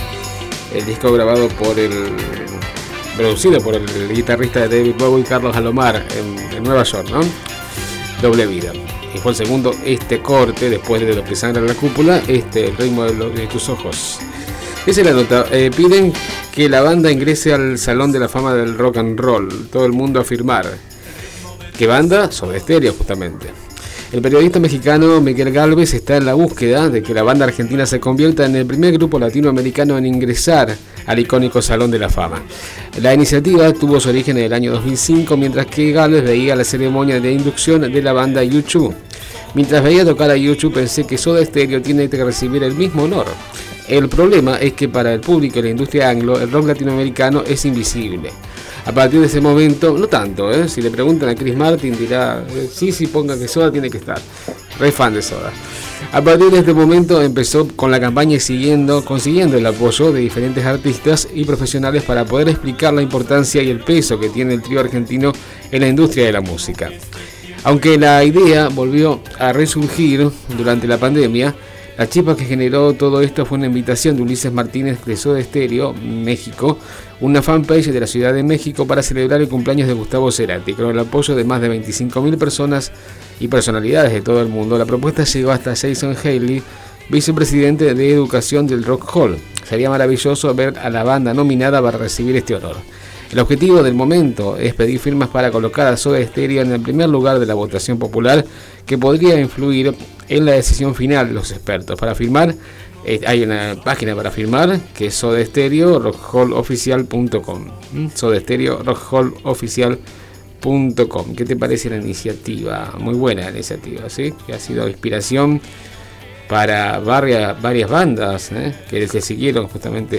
Speaker 4: el disco grabado por el producido por el, el guitarrista de David Bowie, Carlos Alomar, en, en Nueva York, ¿no? Doble Vida, y fue el segundo este corte, después de Lo que sangra la cúpula, este, El ritmo de, lo, de tus ojos. Esa es la nota. Eh, piden que la banda ingrese al Salón de la Fama del Rock and Roll, todo el mundo a firmar. ¿Qué banda? Soda Stereo, justamente. El periodista mexicano Miguel Gálvez está en la búsqueda de que la banda argentina se convierta en el primer grupo latinoamericano en ingresar al icónico Salón de la Fama. La iniciativa tuvo su origen en el año dos mil cinco, mientras que Gálvez veía la ceremonia de inducción de la banda U dos. Mientras veía tocar a U dos, pensé que Soda Stereo tiene que recibir el mismo honor. El problema es que para el público y la industria anglo, el rock latinoamericano es invisible. A partir de ese momento, no tanto, ¿eh? Si le preguntan a Chris Martin dirá, sí, sí, pongan que Soda tiene que estar. Re fan de Soda. A partir de este momento empezó con la campaña y siguiendo, consiguiendo el apoyo de diferentes artistas y profesionales para poder explicar la importancia y el peso que tiene el trío argentino en la industria de la música. Aunque la idea volvió a resurgir durante la pandemia, la chispa que generó todo esto fue una invitación de Ulises Martínez de Soda Stereo, México, una fanpage de la Ciudad de México para celebrar el cumpleaños de Gustavo Cerati. Con el apoyo de más de veinticinco mil personas y personalidades de todo el mundo, la propuesta llegó hasta Jason Haley, vicepresidente de Educación del Rock Hall. Sería maravilloso ver a la banda nominada para recibir este honor. El objetivo del momento es pedir firmas para colocar a Soda Stereo en el primer lugar de la votación popular, que podría influir en la decisión final de los expertos. Para firmar, eh, hay una página para firmar que es soda stereo rock hall oficial punto com. ¿Mm? soda stereo rock hall oficial punto com. ¿Qué te parece la iniciativa? Muy buena la iniciativa, ¿sí? Que ha sido inspiración para varias, varias bandas, ¿eh? que se siguieron justamente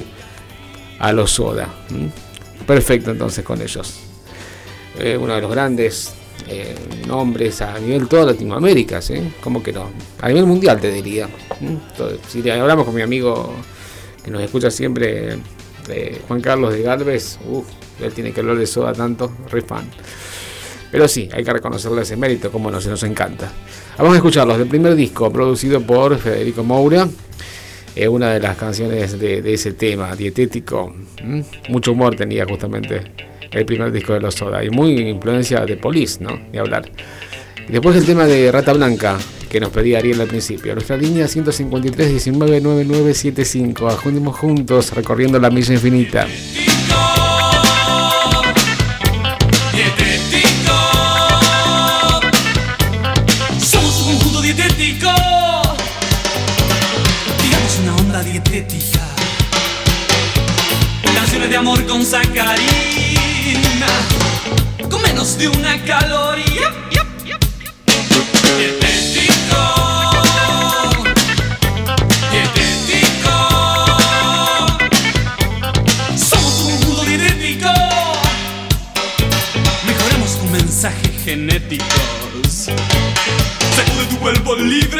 Speaker 4: a los Soda. ¿Mm? Perfecto, entonces, con ellos. Eh, uno de los grandes eh, nombres a nivel toda Latinoamérica, ¿sí? ¿Cómo que no? A nivel mundial, te diría. Entonces, si hablamos con mi amigo que nos escucha siempre, eh, Juan Carlos de Gálvez, uff, él tiene que hablar de Soda tanto, re fan. Pero sí, hay que reconocerle ese mérito, como no se nos encanta. Vamos a escucharlos del primer disco, producido por Federico Moura. Es una de las canciones de, de ese tema, Dietético. ¿Mm? Mucho humor tenía justamente el primer disco de los Soda y muy influencia de Police, ¿no? De hablar. Y después el tema de Rata Blanca, que nos pedía Ariel al principio. Nuestra línea ciento cincuenta y tres diecinueve noventa y nueve setenta y cinco. Ajundimos juntos recorriendo la milla infinita.
Speaker 7: Dietético. Somos un conjunto dietético. Una onda dietética, canciones de amor con sacarina, con menos de una caloría. Dietético, dietético, somos un mundo dietético. Mejoremos con mensajes genéticos. Sacude tu cuerpo libre.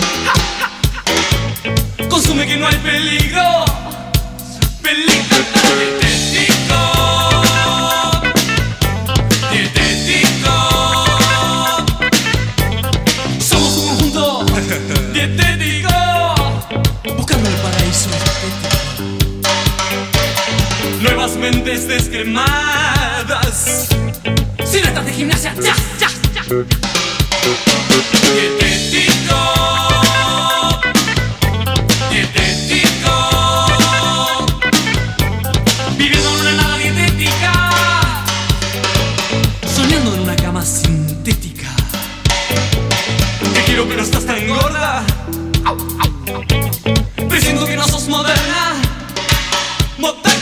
Speaker 7: Consume que no hay peligro. Peligro dietético. Dietético. Somos un conjunto dietético. Buscando el paraíso estético. Nuevas mentes descremadas. Sin estar de gimnasia. Ya, ya, ya. Dietético. Dietético, viviendo en una nada Miro que no estás tan gorda. Presiento que no sos moderna. Moderna.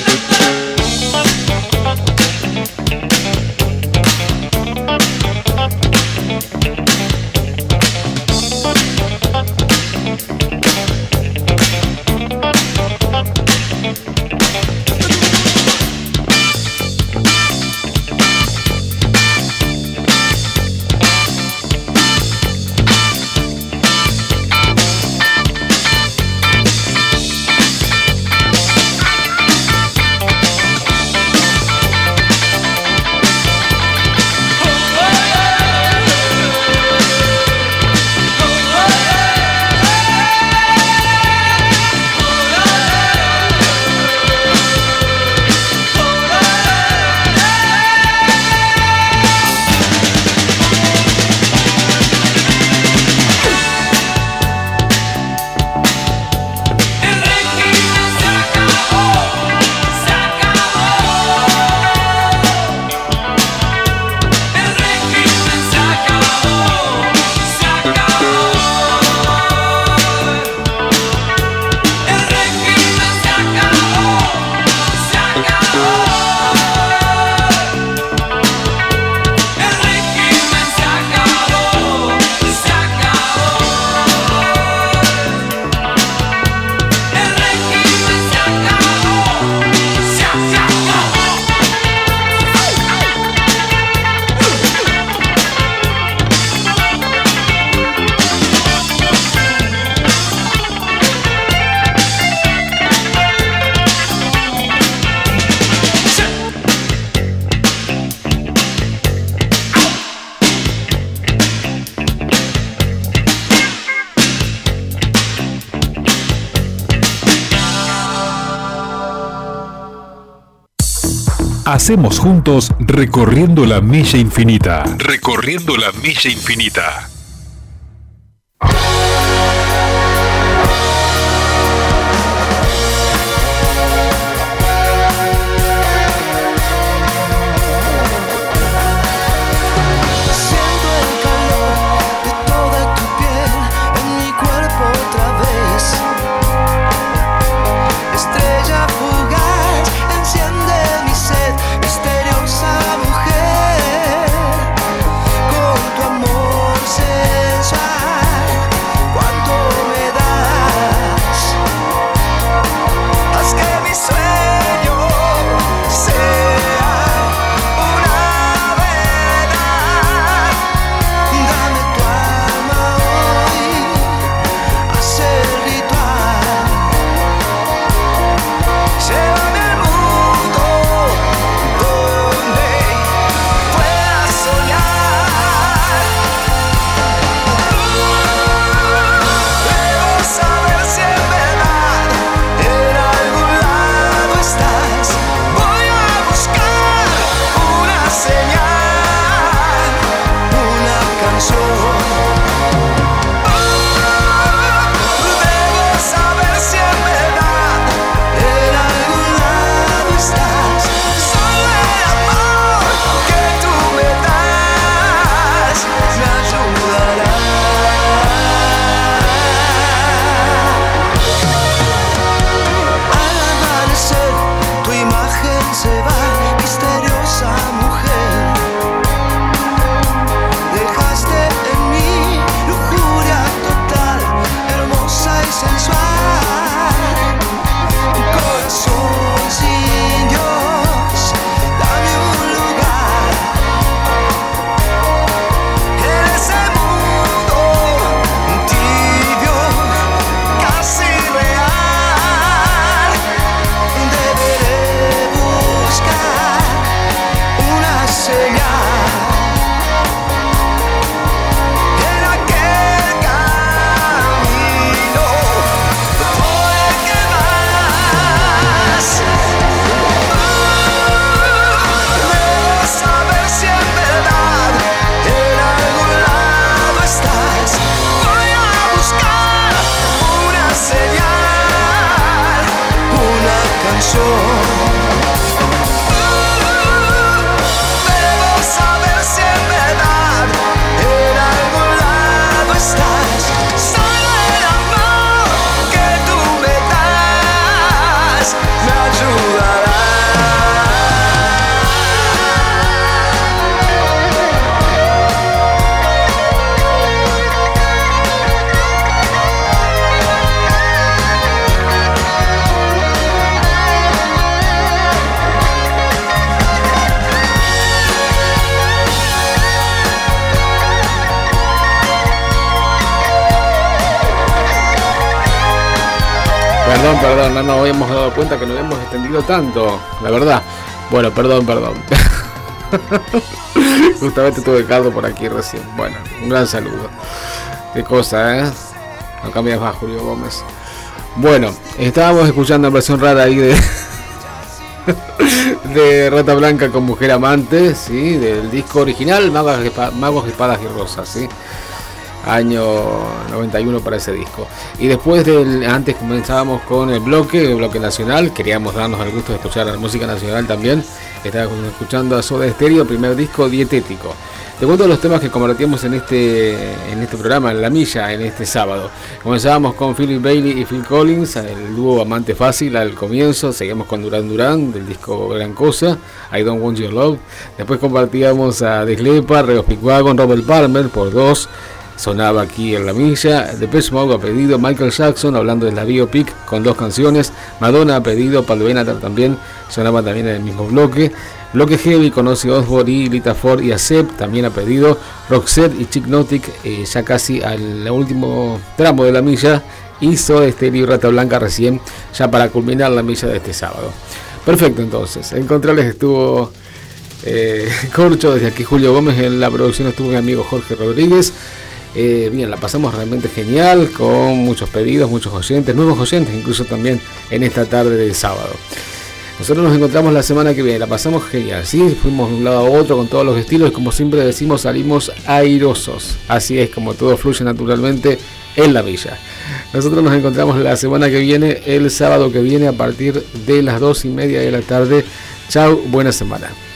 Speaker 3: Hacemos juntos Recorriendo la Milla Infinita. Recorriendo la Milla Infinita.
Speaker 5: Misteriosa mujer, con tu amor se
Speaker 4: Perdón, perdón, no nos habíamos dado cuenta que nos hemos extendido tanto, la verdad. Bueno, perdón, perdón. Justamente tuve Cardo por aquí recién. Bueno, un gran saludo. Qué cosa, ¿eh? No cambias más, Julio Gómez. Bueno, estábamos escuchando la versión rara ahí de de Rata Blanca con Mujer Amante, sí, del disco original Magos, Magos, Espadas y Rosas, sí. Año noventa y uno para ese disco. Y después del, antes comenzábamos con el bloque, el bloque nacional. Queríamos darnos el gusto de escuchar la música nacional también. Estábamos escuchando a Soda Stereo, primer disco, Dietético. Te cuento los temas que compartíamos en este en este programa, en La Milla, en este sábado. Comenzábamos con Philip Bailey y Phil Collins, el dúo Amante Fácil al comienzo. Seguimos con Duran Duran, del disco Gran Cosa, I Don't Want Your Love. Después compartíamos a The Slepa, Reo Speedwagon, Robert Palmer, por dos. Sonaba aquí en La Milla. Depeche Mode a pedido, Michael Jackson, hablando de la biopic, con dos canciones. Madonna a pedido, Palo Benatar también, sonaba también en el mismo bloque. Bloque Heavy con Ozzy Osbourne y Lita Ford y Accept, también a pedido. Roxette y Chick Notic, eh, ya casi al último tramo de La Milla. Y Soda Stereo y Rata Blanca recién, ya para culminar La Milla de este sábado. Perfecto, entonces. En controles estuvo eh, Corcho, desde aquí Julio Gómez. En la producción estuvo mi amigo Jorge Rodríguez. Eh, bien, la pasamos realmente genial, con muchos pedidos, muchos oyentes, nuevos oyentes incluso también en esta tarde del sábado. Nosotros nos encontramos la semana que viene, la pasamos genial, ¿sí? Fuimos de un lado a otro con todos los estilos y como siempre decimos, salimos airosos. Así es como todo fluye naturalmente en La Villa. Nosotros nos encontramos la semana que viene, el sábado que viene a partir de las dos y media de la tarde. Chau, buena semana.